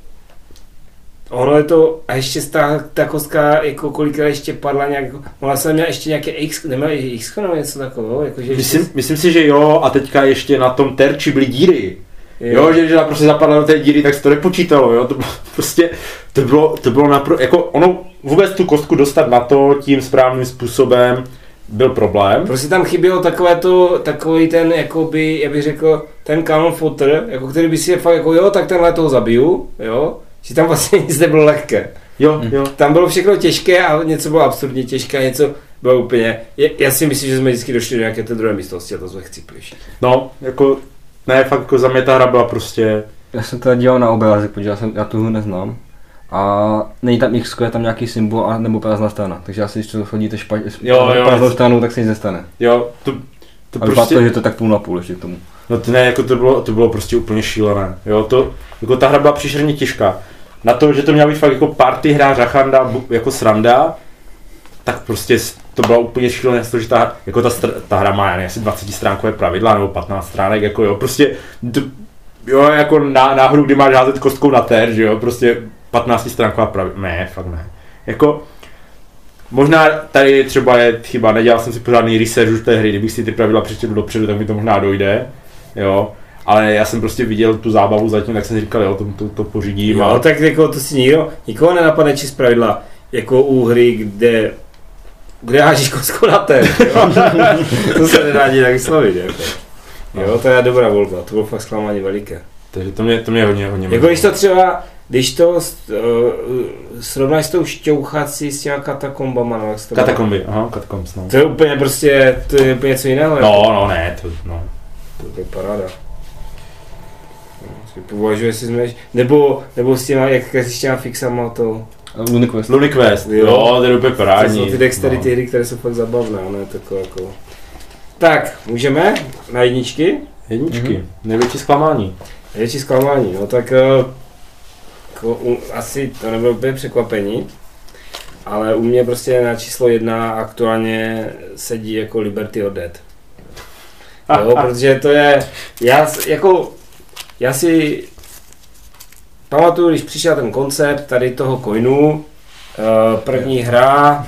ono je to, a ještě ta kostka, jako kolikrát ještě padla nějak, mohla jsem měla ještě nějaké X, neměla X nebo něco takového? Jako, že myslím si, že jo, a teďka ještě na tom terči byly díry. Jo, že prostě zapadla do té díry, tak se to nepočítalo, jo, to bylo prostě, to bylo jako ono vůbec tu kostku dostat na to tím správným způsobem byl problém. Prostě tam chybělo takový ten, jakoby, já bych řekl, ten cannon fodder, jako který by si je fakt jako, jo, tak tenhle toho zabiju, jo, že tam vlastně nic nebylo lehké. Jo. Tam bylo všechno těžké a něco bylo absurdně těžké a něco bylo úplně, já si myslím, že jsme vždycky došli do nějaké té druhé místnosti a to jsme chcípli. No, jako, ne, fakt jako za mě ta hra byla prostě... Já jsem teda díval na obrázek, protože já tu hru neznám. A není tam X, je tam nějaký symbol a nebo prázdná strana, takže asi když to chodíte prázdnou stranu, tak se nic nestane. Jo, to a prostě... to, že to tak půl na půl ještě k tomu. No to ne, jako to bylo prostě úplně šílené, jo, jako ta hra byla příšerně těžká. Na to, že to měla být fakt jako party hra, řachanda, jako sranda, tak prostě to bylo úplně šílené, že ta hra má asi 20 stránkové pravidla nebo 15 stránek, jako jo, prostě jo, jako na hru, kdy máš házet kostkou na ter, že jo, prostě 15 stránková pravidla, ne, fakt ne. Jako, možná tady třeba je chyba, nedělal jsem si pořádný research už té hry, kdybych si ty pravidla přečetl dopředu, tak mi to možná dojde, jo. Ale já jsem prostě viděl tu zábavu zatím, tak jsem říkal, jo, to pořídím. Jo, tak jako to si nikoho nenapadne číst pravidla, jako u hry, kde hážíš kostku na ten, to se nedá ani tak vyslovit, jako. Jo, to je dobrá volba, to bylo fakt zklamání veliké. Takže to mě hodně jako když to srovnáš s tou šťouchací s těma katakombama, no, katakomby, katakombs, no. To je úplně prostě, to je úplně něco jiného. To je paráda. Považuje si změš, nebo s těma, jak s těma fixama to... Luniquest, jo, to je úplně parádní. To jsou ty dexterity hry, které jsou fakt zabavné, ne, takové jako... Tak, můžeme na jedničky? Největší zklamání. No tak asi to nebylo úplně překvapení, ale u mě prostě na číslo 1 aktuálně sedí jako Liberty or Dead. Jo, protože to je, já si pamatuju, když přišel ten koncept tady toho coinu, první hra,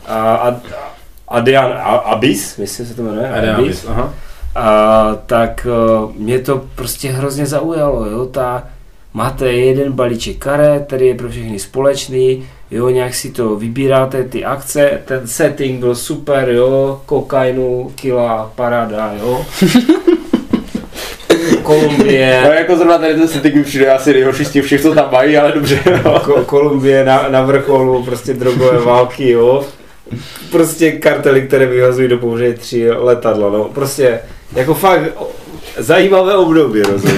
Abyss, myslím se to jmenuje, Abyss. Tak mě to prostě hrozně zaujalo, jo, máte jeden balíček karet, který je pro všechny společný, jo, nějak si to vybíráte, ty akce, ten setting byl super, jo, kokainu, kila, paráda, jo. Kolumbie. No jako zrovna tady ten setting mi přijde asi nejhorší z těch všech, co tam mají, ale dobře. Kolumbie na vrcholu, prostě drogové války, jo. Prostě kartely, které vyhazují do pouze 3 letadla, no, prostě jako fakt zajímavé období, rozumím.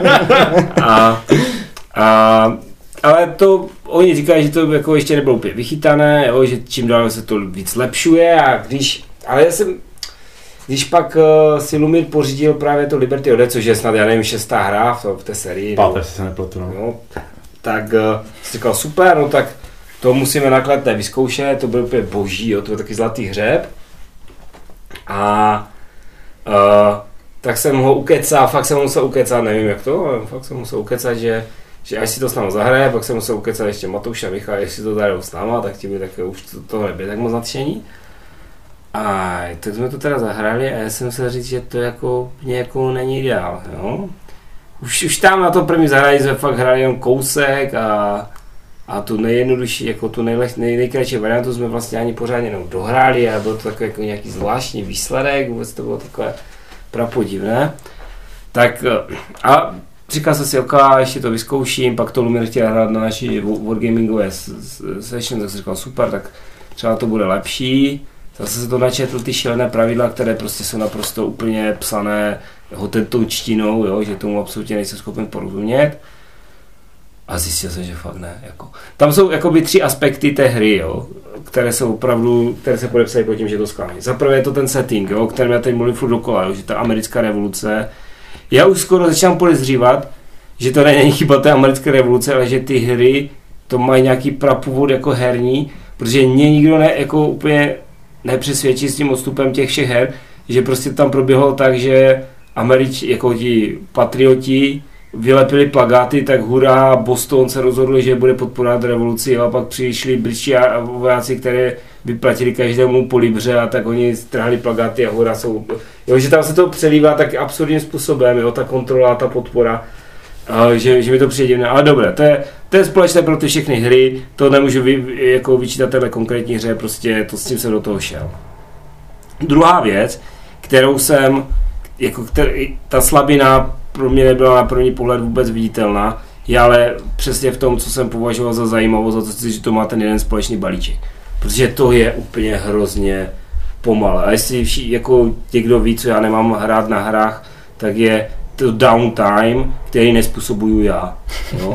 Ale to, oni říkají, že to jako ještě nebylo úplně vychytané, jo, že čím dál se to víc lepšuje ale když pak si Lumír pořídil právě to Liberty or Dead, což je snad, já nevím, 6. hra v té sérii. 5. si se nepletu, no. Tak si říkal super, no tak to musíme nakladně vyzkoušet, to byl úplně boží, jo, to byl taky zlatý hřeb. Tak jsem ho ukecal, fakt jsem musel ukecat, nevím jak to, ale fakt jsem musel ukecat, že až si to s náma zahraje, pak jsem musel ukecat ještě Matouša Michal, jestli to tady s náma, tak ti by také už to nebylo tak moc nadšení. A tak jsme to teda zahrali a já jsem musel říct, že to jako mě jako není ideál, jo. Už tam na to první zahrání jsme fakt hráli jen kousek a tu nejjednodušší, jako tu nejkratší variantu jsme vlastně ani pořádně jenom dohráli a byl to takový jako nějaký zvláštní výsledek, vůbec to bylo takové prapodivné. Tak a říkal jsem si, ok, ještě to vyzkouším, pak to Lumír chtěl hrát na naší wargamingové session, tak jsem říkal super, tak třeba to bude lepší. Zase se to načetl ty šílené pravidla, které prostě jsou naprosto úplně psané hotentou čtinou, jo, že tomu absolutně nejsem schopen porozumět. A zjistil jsem, že fakt ne. Jako. Tam jsou jakoby 3 aspekty té hry, jo, které jsou opravdu, které se podepsaly pod tím, že to zklamí. Za prvé je to ten setting, jo, který já teď mluvím furt dokola, jo, že ta americká revoluce. Já už skoro začínám podezřívat, že to není chyba té americké revoluce, ale že ty hry to mají nějaký prapůvod jako herní, protože mě nikdo jako úplně nepřesvědčí s tím odstupem těch všech her, že prostě tam proběhlo tak, že jako ti patrioti vylepili plagáty, tak hurá, Boston se rozhodl, že bude podporovat revoluci, jo, a pak přišli britští vojáci, které vyplatili každému po libře a tak oni strhali plagáty a hurá jsou, jo, že tam se to přelívá tak absurdním způsobem, jo, ta kontrola, ta podpora, že mi to přijde divné, ale dobré, to je společné pro ty všechny hry, to nemůžu jako vyčítat téhle konkrétní hře, prostě to s tím jsem do toho šel. Druhá věc, kterou jsem, jako ta slabina pro mě nebyla na první pohled vůbec viditelná, je ale přesně v tom, co jsem považoval za zajímavost, za to, že to má ten jeden společný balíček. Protože to je úplně hrozně pomalé. A jestli jako někdo ví, co já nemám hrát na hrách, tak je to downtime, který nespůsobuju já. Jo?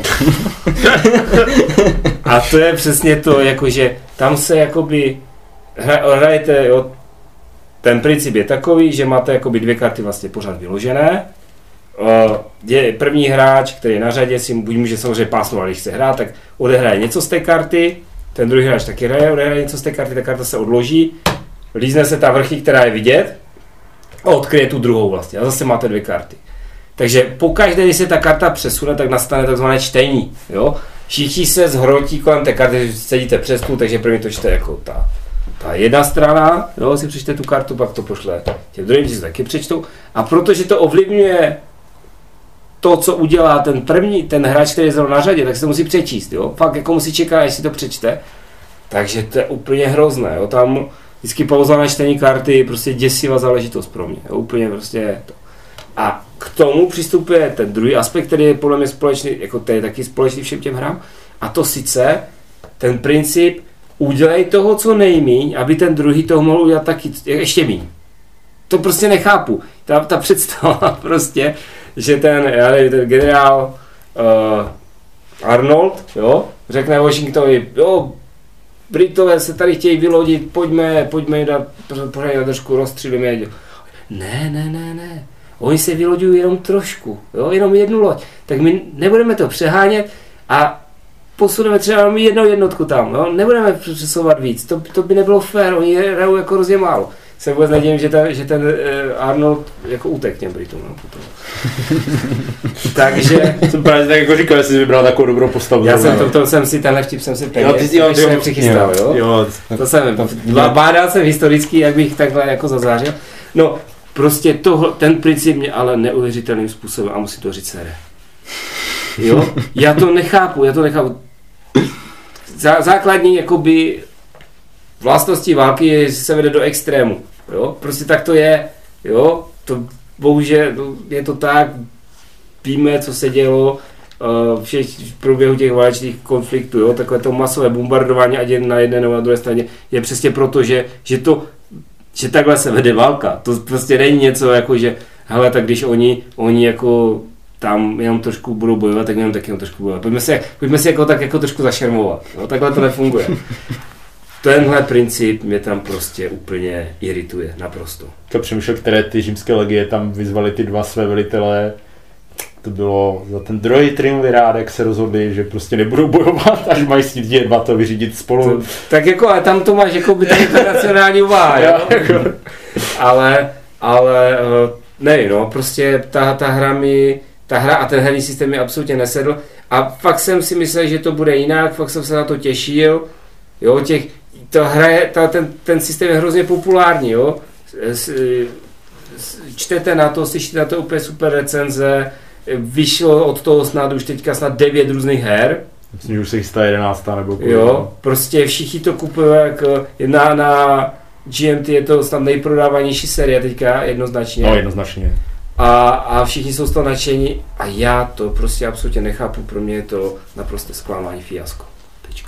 A to je přesně to, jakože tam se jakoby hrajete, jo, ten princip je takový, že máte jakoby 2 karty vlastně pořád vyložené. První hráč, který je na řadě, si buď může samozřejmě pásnout, když chce hrát, tak odehraje něco z té karty, ten druhý hráč taky hraje, odehraje něco z té karty, ta karta se odloží lízne se ta vrchy, která je vidět a odkryje tu druhou vlastně a zase máte 2 karty. Takže pokaždé, když se ta karta přesune, tak nastane takzvané čtení, jo. Všichni se zhrotí kolem té karty, že sedíte přes tu, takže první to čte jako ta jedna strana, jo, si přečte tu kartu, pak to pošle těm druhým, si to taky přečtou. A protože to ovlivňuje to, co udělá ten hráč, který je zrovna na řadě, tak se to musí přečíst, jo. Fakt jako musí čekat, až si to přečte. Takže to je úplně hrozné, jo. Tam vždycky pauza na čtení karty je prostě děsivá záležitost pro mě, jo. Úplně prostě to. A k tomu přistupuje ten druhý aspekt, který je podle mě společný, jako to je taky společný všem těm hrám, a to sice ten princip udělej toho, co nejmíň, aby ten druhý toho mohl udělat taky ještě míň. To prostě nechápu. Ta představa prostě, že ten generál Arnold, jo, řekne Washingtonovi, jo, Britové se tady chtějí vylodit, pojďme dát pořádně trošku rozstřílíme. Ne. Oni se vyloďují jenom trošku, jo, jenom jednu loď. Tak my nebudeme to přehánět a posuneme třeba jenom jednou jednotku tam, jo? Nebudeme přesouvat víc, to by nebylo fér, oni hrajou jako hrozně málo. Se vůbec nedělím, že ten Arnold jako utek těm Britům. No, takže... Jsem právě tak jako říkal, že jsi vybral takovou dobrou postavu. Já jsem tenhle vtip jsem si pevně přichystal, jo? To jsem, bádal jsem historicky, jak bych takhle jako zazářil. No, prostě ten princip mě ale neuvěřitelným způsobem, a musí to říct sere. Jo? Já to nechápu. Základní jakoby vlastností války je, že se vede do extrému. Jo? Prostě tak to je. Jo? To bohužel je to tak. Víme, co se dělo v průběhu těch válečných konfliktů. Jo? Takové to masové bombardování, ať je na jedné nebo na druhé straně, je přesně proto, že takhle se vede válka. To prostě není něco jako, že hele, tak když oni jako tam jenom trošku budou bojovat, tak jenom taky jenom trošku bojovat. Pojďme si jako tak jako trošku zašermovat. No, takhle to nefunguje. Tenhle princip mě tam prostě úplně irituje, naprosto. To přemýšlel, které ty římské legie tam vyzvali ty 2 své velitele. To bylo za ten druhý triumvirát, jak se rozhodli, že prostě nebudou bojovat, až mají s tím 2 to vyřídit spolu. Tak jako, ale tam to máš jako by ta internacionální úvaha, jo? ale ne, no, prostě ta hra a ten herní systém mi absolutně nesedl a fakt jsem si myslel, že to bude jinak, fakt jsem se na to těšil, jo, ten systém je hrozně populární, jo, čtete na to, slyšíte na to úplně super recenze, vyšlo od toho snad už teďka snad 9 různých her. Myslím, že už se chystá 11 nebo kolik. Jo, prostě všichni to kupují, jak na GMT je to snad nejprodávanější série teďka, jednoznačně. No, jednoznačně. A všichni jsou z toho nadšení a já to prostě absolutně nechápu, pro mě je to naprosto zklamání, fiasko. Tečka.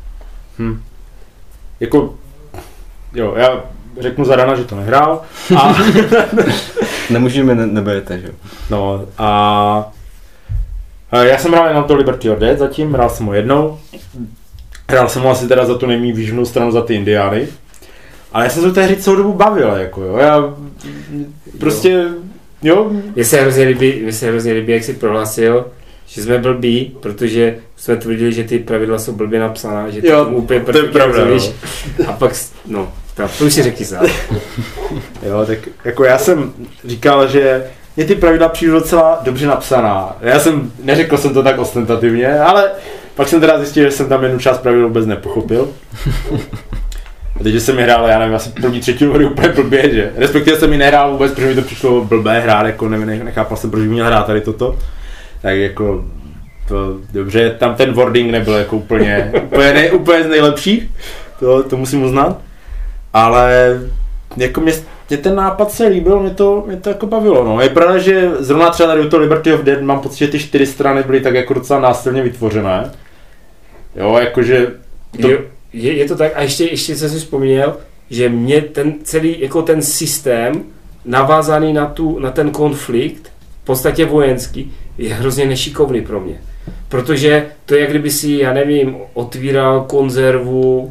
Jako, jo, já řeknu za Dana, že to nehrál. A nemůžeme, nebudete, že jo. No a já jsem hrál na to Liberty or Dead zatím, hrál jsem ho jednou. Hrál jsem ho asi teda za tu nejméně výživnou stranu za ty Indiány. Ale já jsem se v té hře celou dobu bavil, jako jo. Já prostě, jo. Mně se hrozně líbí, jak jsi prohlásil, že jsme blbí, protože jsme tvrdili, že ty pravidla jsou blbě napsaná, že to úplně perfektně rozumíš. A pak, no, to už si řekni sám. Jo, tak jako já jsem říkal, že mě ty pravidla přijdu docela dobře napsaná. Neřekl jsem to tak ostentativně, ale pak jsem teda zjistil, že jsem tam jednu část pravidel vůbec nepochopil. A teď, že jsem mi hrál, já nevím, asi první třetinu hry úplně blbě, že? Respektive jsem mi nehrál vůbec, protože mi to přišlo blbé hrát, jako nechápal jsem, proč by měl hrát tady toto. Tak jako, to dobře, tam ten wording nebyl jako úplně z nejlepších, to musím uznat. Ale jako mě ten nápad se líbil, mě to jako bavilo, no. Je pravda, že zrovna třeba tady u toho Liberty of Dead mám pocit, že ty 4 strany byly tak jako docela násilně vytvořené. Jo, jakože... Je to tak, a ještě jsem si vzpomněl, že mě ten celý, jako ten systém navázaný na ten konflikt, v podstatě vojenský, je hrozně nešikovný pro mě. Protože to je, jak kdyby si, já nevím, otvíral konzervu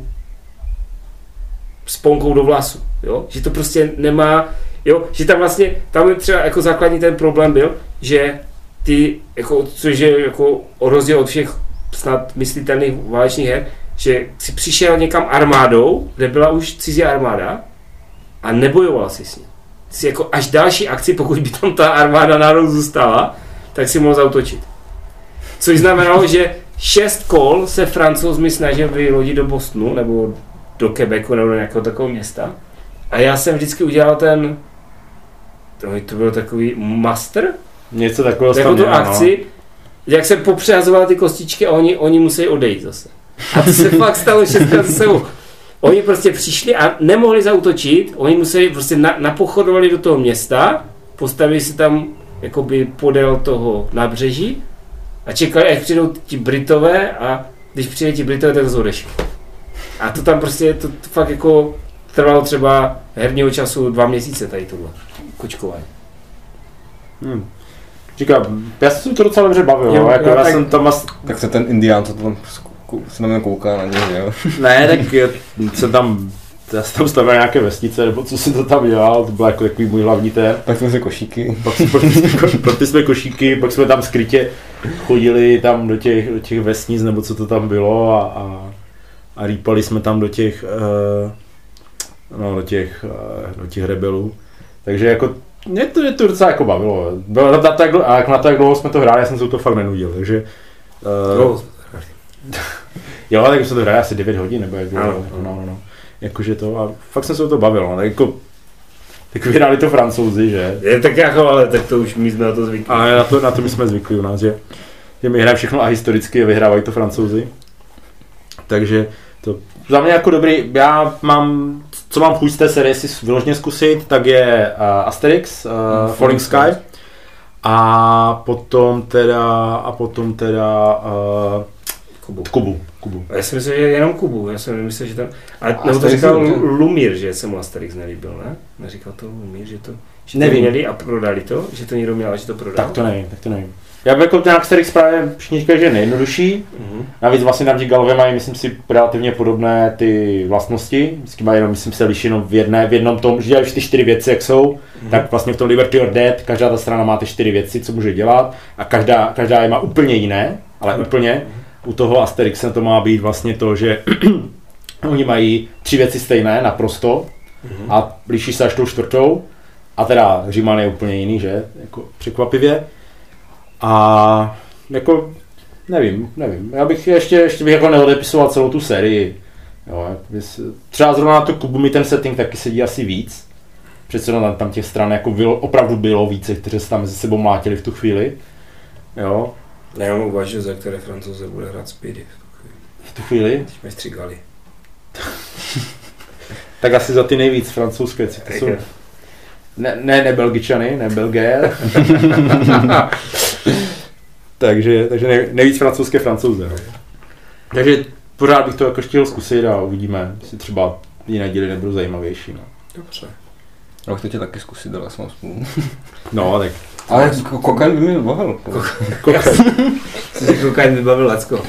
s ponkou do vlasu, jo? Že to prostě nemá, jo? Že tam vlastně, tam třeba jako základní ten problém byl, že ty, jako, což je jako rozdíl od všech snad myslitelných válečných her, že si přišel někam armádou, kde byla už cizí armáda a nebojoval si s ním. Si jako až další akci, pokud by tam ta armáda náhodou zůstala, tak si mohl zaútočit. Což znamenalo, že 6 kol se Francouzmi snažil vylodit do Bostonu, nebo do Quebecu, nebo do nějakého takového města. A já jsem vždycky udělal to byl takový master, Něco takového jako tu akci, jak jsem popřehazoval ty kostičky a oni museli odejít zase. A to se fakt stalo 6krát za sebou. Oni prostě přišli a nemohli zaútočit, oni museli prostě napochodovali do toho města, postavili se tam jakoby podél toho nábřeží a čekali, až přijdou ti Britové a když přijde ti Britové, tak to odešli. A to tam prostě, to fakt jako trvalo třeba herního času 2 měsíce tady tohle kočkování. Říkám, já jsem to docela dobře bavil, Jo, jako jo, já tak- jsem tam Tak se ten Indián, co to tam se na mě kouká na něj, jo. Ne, tak já jsem tam stavil nějaké vesnice, nebo co jsem to tam dělal, to byl jako takový můj hlavní ten. Tak jsme se košíky. Pak pro jsme košíky, pak jsme tam skrytě chodili tam do těch vesnic, nebo co to tam bylo a rýpali jsme tam do těch rebelů. Takže jako mě to docela jako bavilo. A jak na to, jak dlouho jsme to hráli, já jsem se to fakt nenudil, takže jo, tak jsme to hráli asi 9 hodin, nebo jak bylo, no. Jakože to, a fakt jsem se to bavil, no, tak vyhráli to Francouzi, že? Je tak jako, ale tak to už my jsme na to zvyklí. Ale na to my jsme zvyklí u nás, že my hrají všechno a historicky vyhrávají to Francouzi. Takže to za mě jako dobrý, co mám chuť z té série si vyloženě zkusit, tak je Asterix, Falling Sky a potom teda Kubu. Já si myslím, že jenom Kubu, já jsem myslel, že tam... A nebo to Asterix říkal je- Lumír, že se mu Asterix nelíbil, ne? Neříkal to Lumír, že to Nevím. měli a prodali to? Že to někdo měl a že to prodal? Tak to nevím. Já bych jako ten Asterix právě všichni říkají, že je nejjednodušší. Navíc vlastně tam ti Galové mají, myslím si, relativně podobné ty vlastnosti. Vždycky mají jenom, myslím se, liší jenom v jednom tom, že dělají ty 4 věci, jak jsou. Tak vlastně v tom Liberty or Dead každá ta strana má ty 4 věci, co může dělat. A každá je má úplně jiné, ale úplně. U toho Asterixe to má být vlastně to, že oni mají 3 věci stejné naprosto a blíží se až tou 4. A teda Říman je úplně jiný, že? Jako překvapivě. A jako nevím. Já bych ještě bych jako neodepisoval celou tu sérii. Jo, třeba zrovna na tu Kubu mi ten setting taky sedí asi víc. Přece tam těch stran jako opravdu bylo více, kteří se tam mezi sebou mlátili v tu chvíli. Jo. Já mám uvažuji, za které Francouze bude hrát Speedy V tu chvíli. Teď jsme střígali. Tak asi za ty nejvíc francouzské, co to jsou. Ne Belgičany, ne Belgie. takže nejvíc Francouze. No. Takže pořád bych to jako chtěl zkusit a uvidíme, jestli třeba jiné díly nebudou zajímavější. No. Dobře. Já bych to tě taky zkusit, ale jsem spolu. No, tak Ale kokain by mi bavil. Kokain vybavil Lacko.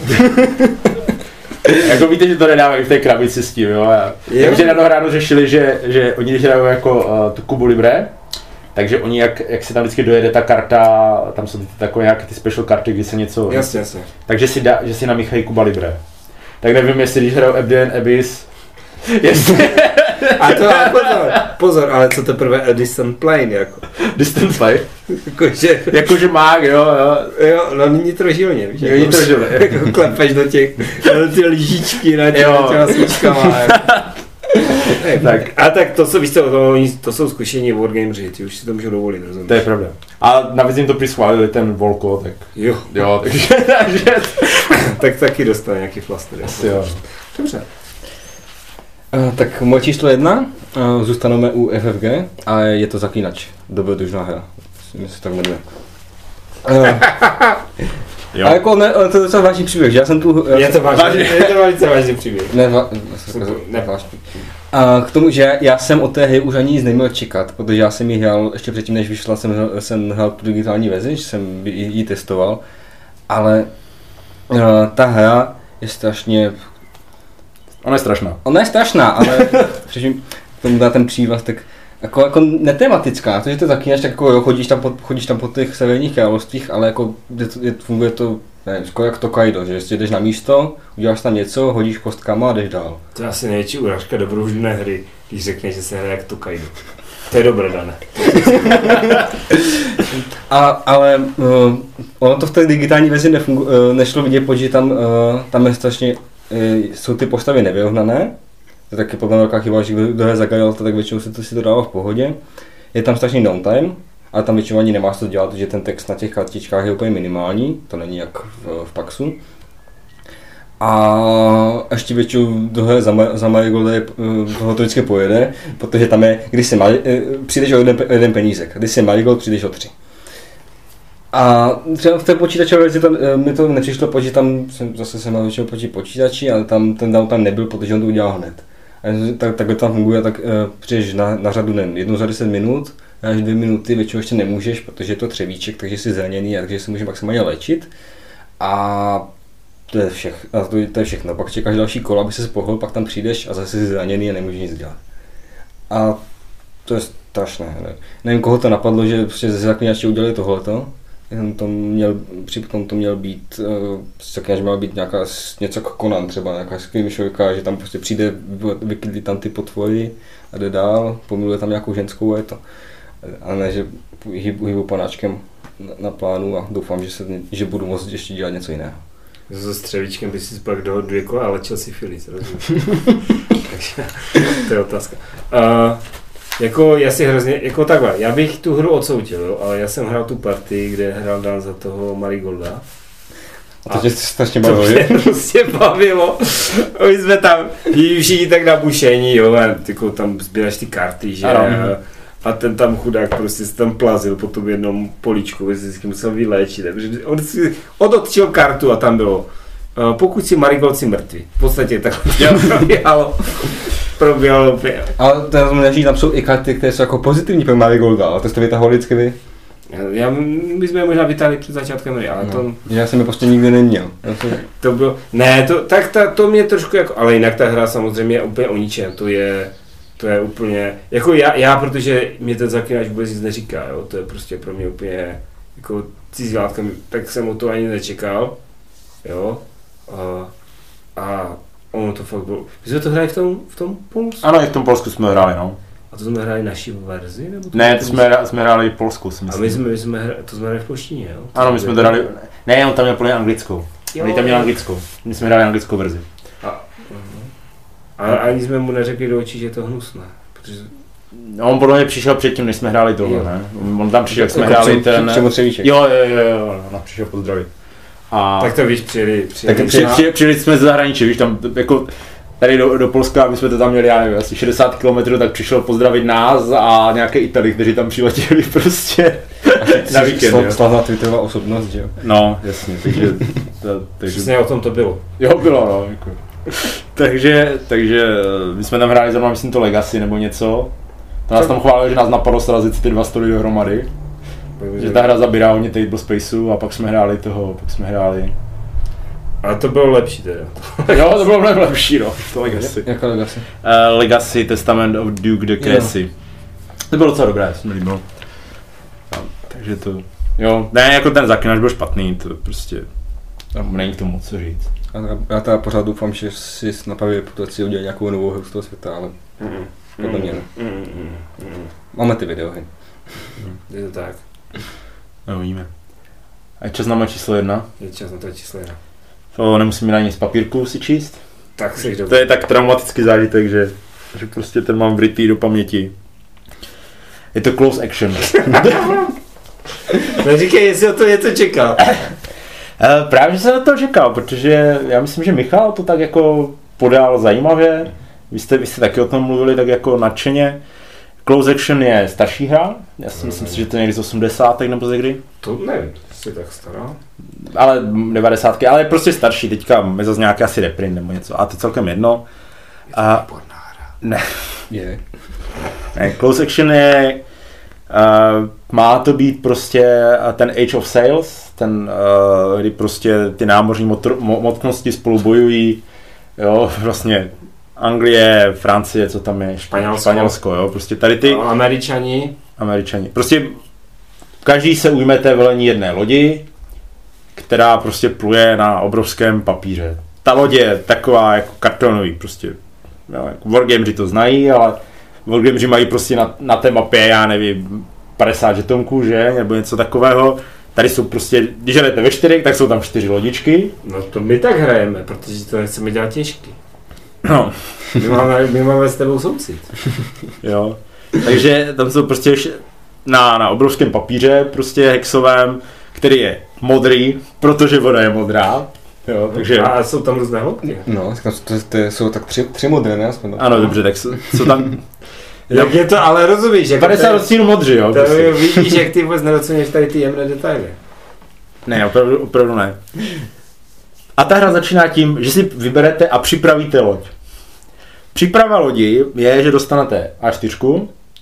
jako víte, že to nedávají v té krabici s tím, jo. Takže na dohránu řešili, že oni když hrajou jako tu Kubu Libre, takže oni jak se tam vždycky dojede ta karta, tam jsou takové nějaké ty special karty, kdy se něco... Jasně. Takže že si namíchají Kuba Libre. Tak nevím, jestli když hrajou Abdian Abyss, jestli... A to pozor, ale co teprve a Distant Plane, jako. Distant Play? Jakože mák, jo. Jo, no není trožilně, víš. Není trožilně. Jako klepeš do těch, ty lyžičky na těma svíčkama. Tak. A tak to, co víš co, to jsou zkušení wargameři, ty už si to můžou dovolit, rozumíš? To je pravda. A navíc jim to přischválili ten Volko, tak... Jo, takže... tak taky dostane nějaký flaster. Jo. Dobře. Tak moje číslo 1, zůstaneme u FFG a je to Zaklínač, dobrodružná hra, myslím, že se tak jmenuje. A jako ne, to je docela vážný příběh, že já jsem tu... Je to velice vážný příběh. Ne vážný. A k tomu, že já jsem od té hry už ani nic neměl čekat, protože já jsem ji hrál, ještě předtím než vyšla, jsem hrál tu digitální verzi, že jsem ji testoval, ale ta hra je strašně... Ona je strašná, ale předtím k tomu dá ten přívlastek jako netematická, to, že to Zaklínač, tak jako jo, chodíš tam po těch severních královstvích, ale jako funguje to, nevím, skoro jak to Kaido, že jestli jdeš na místo, uděláš tam něco, hodíš kostkama a jdeš dál. To je asi největší urážka dobrodružné hry. když řekne, že se hraje jak Tokaido. To je dobré, Dane. Ale ono to v té digitální verzi nešlo vidět, protože tam je strašně, jsou ty postavy nevyrovnané. To je taky podle mě velká chyba, že kdo je zagajal, tak většinou si to dává v pohodě. Je tam strašný downtime, ale tam většinou ani nemáš to dělat, že ten text na těch kartičkách je úplně minimální, to není jak v Paxu. A ještě většinou tohle za Marigold toho to vždycky pojede, protože tam je, když přijdeš o jeden penízek, když si Marigold, přijdeš o 3. A třeba v té počítačové verzi mi to nepřišlo, protože tam jsem mal většinou proti počítači, ale tam ten downtime nebyl, protože on to udělal hned. Takhle tam funguje, tak přijdeš na řadu jednou za 10 minut, až 2 minuty, většinou ještě nemůžeš, protože je to třevíček, takže jsi zraněný a takže se může maximálně léčit. A to je všechno. Pak čekáš další kolo, aby se pohl, pak tam přijdeš a zase jsi zraněný a nemůžeš nic dělat. A to je strašné. Nevím, koho to napadlo, že prostě ze zaklínače udělali tohleto. Přitom to měl být, zaklínač měl být něco jako Conan třeba, nějaká skrymišovka, že tam prostě přijde, vykydlí tam ty potvory a jde dál, pomiluje tam nějakou ženskou a je to. A ne, že hýbu panáčkem na plánu a doufám, že budu moct ještě dělat něco jiného. Se střevíčkem by si pak do 2 kola a lečil si Phillies, rozumíš? Takže to je otázka. Jako já si hrozně, jako takhle, já bych tu hru odsoudil, jo, ale já jsem hrál tu partii, kde hrál Dan za toho Marigolda. A to tě strašně bavilo, že? To mě prostě bavilo. My jsme tam všichni tak nabušení, jo, a tyko, tam sbíráš ty karty, že? A ten tam chudák prostě se tam plazil po tom jednom políčku, protože si musel vyléčit. On si odotčil kartu a tam bylo, pokud si Marigold, si mrtvý. V podstatě takhle proběhalo. Ale to je tam jsou i karty, které jsou jako pozitivní pro Marigolda, ale to jste vytahovali vždycky vy. My jsme je možná vytáhli před začátkem hry, ale to... Já jsem je prostě nikdy neměl. To bylo... Ne, to mě trošku jako... Ale jinak ta hra samozřejmě je úplně o ničem, to je úplně, jako já, protože mě ten zaklínač vůbec nic neříká, jo, to je prostě pro mě úplně jako cizí látka, tak jsem o to ani nečekal, jo, a ono to fakt bylo. My jsme to hráli v tom Polsku? Ano, i v tom Polsku jsme hráli, no. A to jsme hráli naší verzi? Nebo to ne, jsme hráli Polsku, si myslím. A my jsme hráli v polštině, jo? Ano, my jsme to hráli, ne, on tam měl plně anglickou. On tam měl anglickou, my jsme hráli anglickou verzi. A ani jsme mu neřekli do očí, že je to hnusné, protože... No, on podle mě přišel předtím, než jsme hráli tohle, ne? On tam přišel, jak jsme hráli ten... Jo, no, přišel pozdravit. A... Tak to víš, přijeli jsme z zahraničí, víš, tam jako... Tady do Polska, my jsme to tam měli, já nevím, asi 60 km, tak přišel pozdravit nás a nějaké Itali, kteří tam přiletěli prostě na víkend. Slavná twitterová osobnost, že jo? No, jasně, takže... Přesně o tom to bylo. Jo, bylo, no, jako. takže my jsme tam hráli zrovna, myslím to Legacy nebo něco. To nás tam chválilo, že nás napadlo srazit ty 2 stoly dohromady. Že ta hra zabírá hodně table spaceu a pak jsme hráli Ale to bylo lepší teda. Jo, to bylo mnohem lepší, no, to Legacy. Jaká Legacy? Legacy Testament of Duke de Crécy. To bylo docela dobré, to se mi líbilo. Takže to, jo, ne, jako ten zaklínač byl špatný, to prostě, tam není k tomu co říct. Já teda pořád doufám, že si na první reputaci udělá nějakou novou hru z toho světa, ale podle mě ne. Máme ty videohry. Je to tak. No, uvidíme. A je čas na číslo 1? Je čas na to číslo 1. To nemusíme ani z papírku si číst. Tak si to je tak traumatický zážitek, že prostě ten mám vrytý do paměti. Je to close action. Neříkej, jestli o to něco čekal. Právě, že jsem na to čekal, protože já myslím, že Michal to tak jako podal zajímavě. Vy jste taky o tom mluvili tak jako nadšeně. Close action je starší hra, já si myslím, že to je někdy z 80. nebo ze kdy. To nevím, jsi tak stará. Ale 90. ale je prostě starší, teďka je zase nějaký asi reprint nebo něco, a to je celkem jedno. Je to výborná hra. Ne. Je. Ne, close action je, má to být prostě ten Age of Sails, kdy prostě ty námořní mocnosti spolu bojují, jo, vlastně Anglie, Francie, co tam je, Španělsko, jo, prostě tady ty... Američani. Prostě každý se ujme té velení jedné lodi, která prostě pluje na obrovském papíře. Ta loď je taková jako kartonový, prostě, jo, jako wargameři to znají, ale Wargameri mají prostě na té mapě, já nevím, 50 žetonků, že? Nebo něco takového. Tady jsou prostě, když hrajete ve 4, tak jsou tam 4 lodičky. No to my tak hrajeme, protože to nechceme dělat těžký. No. My máme s tebou soucit. Jo. Takže tam jsou prostě na obrovském papíře, prostě hexovém, který je modrý, protože voda je modrá. Jo, takže... A jsou tam různé hloubky. No, to jsou tak tři modré, ne? Aspoň. Ano, dobře, tak jsou tam... Jak je to, ale rozumíš, jak 50 odstínů modři, jo. To vidíš, jak ty vůbec nedoceníš tady ty jemné detaily. Ne, opravdu ne. A ta hra začíná tím, že si vyberete a připravíte loď. Příprava lodi je, že dostanete A4.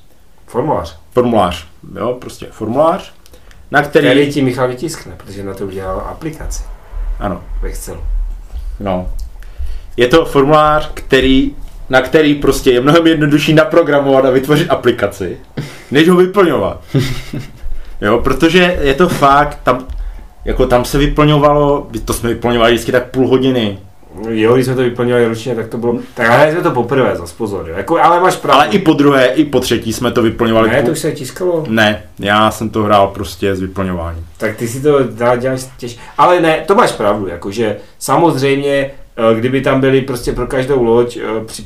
Formulář, jo, prostě formulář, na který ti Michal vytiskne, protože na to udělal aplikaci. Ano. V Excelu. No. Je to formulář, na který prostě je mnohem jednodušší naprogramovat a vytvořit aplikaci, než ho vyplňovat. Jo, protože je to fakt, tam se vyplňovalo, to jsme vyplňovali vždycky tak půl hodiny. Jo, když jsme to vyplňovali ručně, tak to bylo, tak ale jsme to poprvé, zas pozor, jo. Jako, ale máš pravdu. Ale i po druhé, i po třetí jsme to vyplňovali. Ne, to už se tiskalo. Ne, já jsem to hrál prostě s vyplňováním. Tak ty si to děláš těžké. Ale ne, to máš pravdu, jakože samozřejmě, kdyby tam byly prostě pro každou loď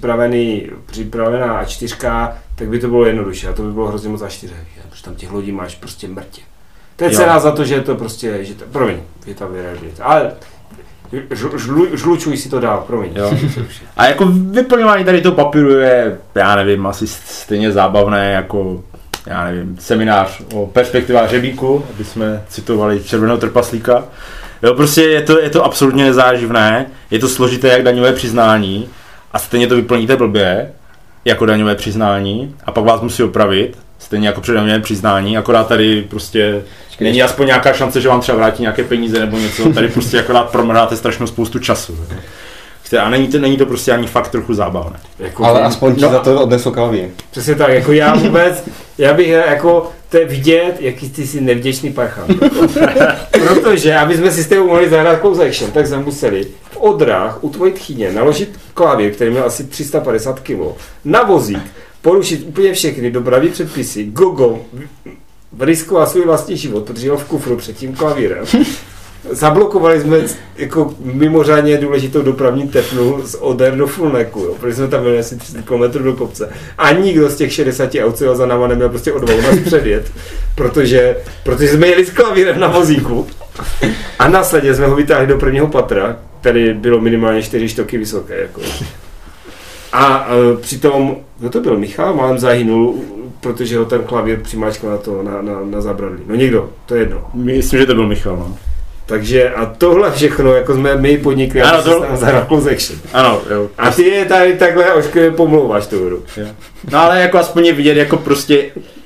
připravená A4, tak by to bylo jednodušší a to by bylo hrozně moc A4, protože tam těch lodí máš prostě mrtě. To je cena za to, že to prostě, promiň, je ta realita, ale žlučuj si to dál, promiň. Jo. A jako vyplňování tady toho papíru je, já nevím, asi stejně zábavné jako, já nevím, seminář o perspektivách hřebíku, aby jsme citovali Červeného trpaslíka. Jo, prostě je to absolutně nezáživné, je to složité jak daňové přiznání a stejně to vyplníte blbě, jako daňové přiznání a pak vás musí opravit, stejně jako při daňovém přiznání, akorát tady prostě není aspoň nějaká šance, že vám třeba vrátí nějaké peníze nebo něco, tady prostě akorát promrháte strašnou spoustu času. A není to prostě ani fakt trochu zábavné. Jako ale aspoň ti za to odnesou klavír. Přesně tak, jako já bych jako to je vidět, jaký ty jsi nevděčný parchant. Protože, aby jsme si s tebou mohli zahrát Close Action, tak jsme museli v Odrách u tvojí tchýně naložit klavír, který měl asi 350 kg, na vozík, porušit úplně všechny dopravní předpisy, gogo, riskoval svůj vlastní život, protože ho v kufru před tím klavírem. Zablokovali jsme jako mimořádně důležitou dopravní tepnu z Oder do Fulneku, jo, protože jsme tam byli asi 30 km do kopce. A nikdo z těch 60 aut, co za náma neměl prostě odvahu nás předjet, protože jsme jeli s klavírem na vozíku. A následně jsme ho vytáhli do prvního patra, který bylo minimálně 4 štoky vysoké. Jako. A přitom, kdo to byl, Michal, málem zahynul, protože ho ten klavír přimáčkal na zabradlí. No někdo, to je jedno. Myslím, že to byl Michal, no. Takže a tohle všechno, jako jsme my podnikli, ano, aby se tam zahrál Close Action. Ano, jo. A ty je tady takhle ošklivě pomlouváš tu hru. No ale jako aspoň je vidět, jako prostě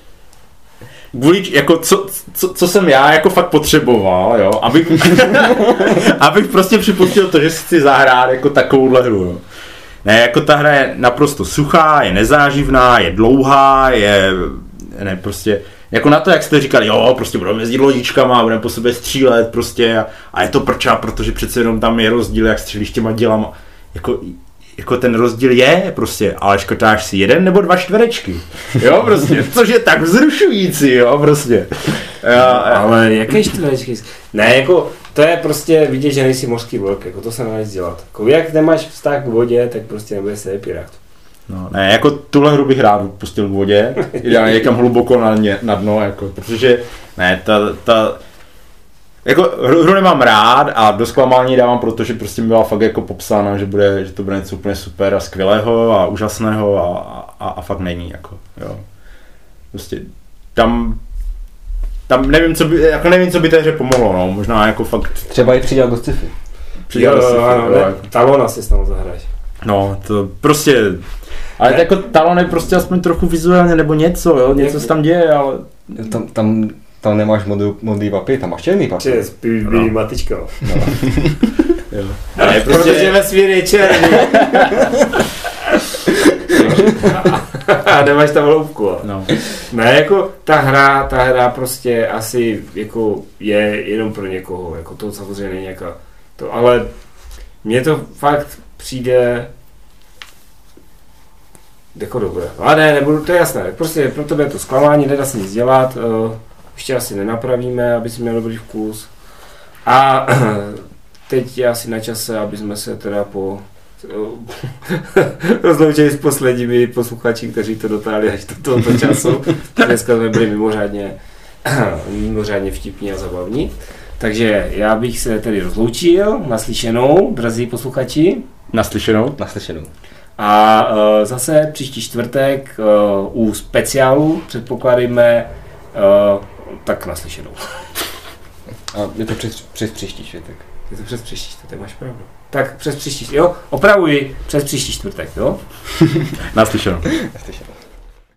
jako co jsem já jako fakt potřeboval, jo, abych prostě připustil to, že si chci zahrát jako takovouhle hru, jo. Ne, jako ta hra je naprosto suchá, je nezáživná, je dlouhá, prostě jako na to, jak jste říkali, jo, prostě budeme jezdit lodičkama, budeme po sobě střílet prostě a je to prča, protože přece jenom tam je rozdíl, jak střílíš těma dělama. Jako ten rozdíl je prostě, ale škrtáš si 1 nebo 2 čtverečky, jo, prostě, což je tak vzrušující, jo, prostě. Ale jaké čtverečky? Ne, jako, to je prostě vidět, že nejsi mořský vlk, jako to se nedá nic dělat. Jako, jak nemáš vztah k vodě, tak prostě nebude se pirát. No, ne, jako tuhle hru bych rád pustil v vodě, ideálně někam hluboko na dno, jako, protože, ne, jako hru nemám rád a do zklamání dávám, protože prostě mi byla fakt jako popsána, že to bude něco úplně super a skvělého a úžasného a fakt není, jako, jo. Prostě tam nevím, co by té hře pomohlo, no, možná jako fakt... Třeba i přidělat do sci-fi. Talona si snad zahraješ. No, to prostě... Ale ne? Jako Talon je prostě aspoň trochu vizuálně nebo něco, jo, něco se tam děje, ale... Tam nemáš modrý papír, tam máš černý papír. Černý matička. No. Jo. Ne, protože vesmír je černý. A nemáš tam hloubku. No. Ne, jako ta hra prostě asi jako je jenom pro někoho, jako to samozřejmě není nějaká to, ale mně to fakt přijde Jako dobré. Ale ne, nebudu, to je jasné. Prostě pro tebe je to zklamání, nedá se nic dělat. Už tě asi nenapravíme, aby si měl dobrý vkus. A teď je asi na čase, aby jsme se teda rozloučili s posledními posluchači, kteří to dotáhli až do tohoto času. Dneska jsme byli mimořádně vtipní a zabavní. Takže já bych se tedy rozloučil, naslyšenou, drazí posluchači. Naslyšenou. A zase příští čtvrtek u speciálu předpokládáme tak naslyšenou. A je to přes příští čtvrtek. Je to přes příští čtvrtek, máš pravdu. Tak přes příští, jo, opravuji, přes příští čtvrtek, jo? Naslyšenou. Naslyšenou.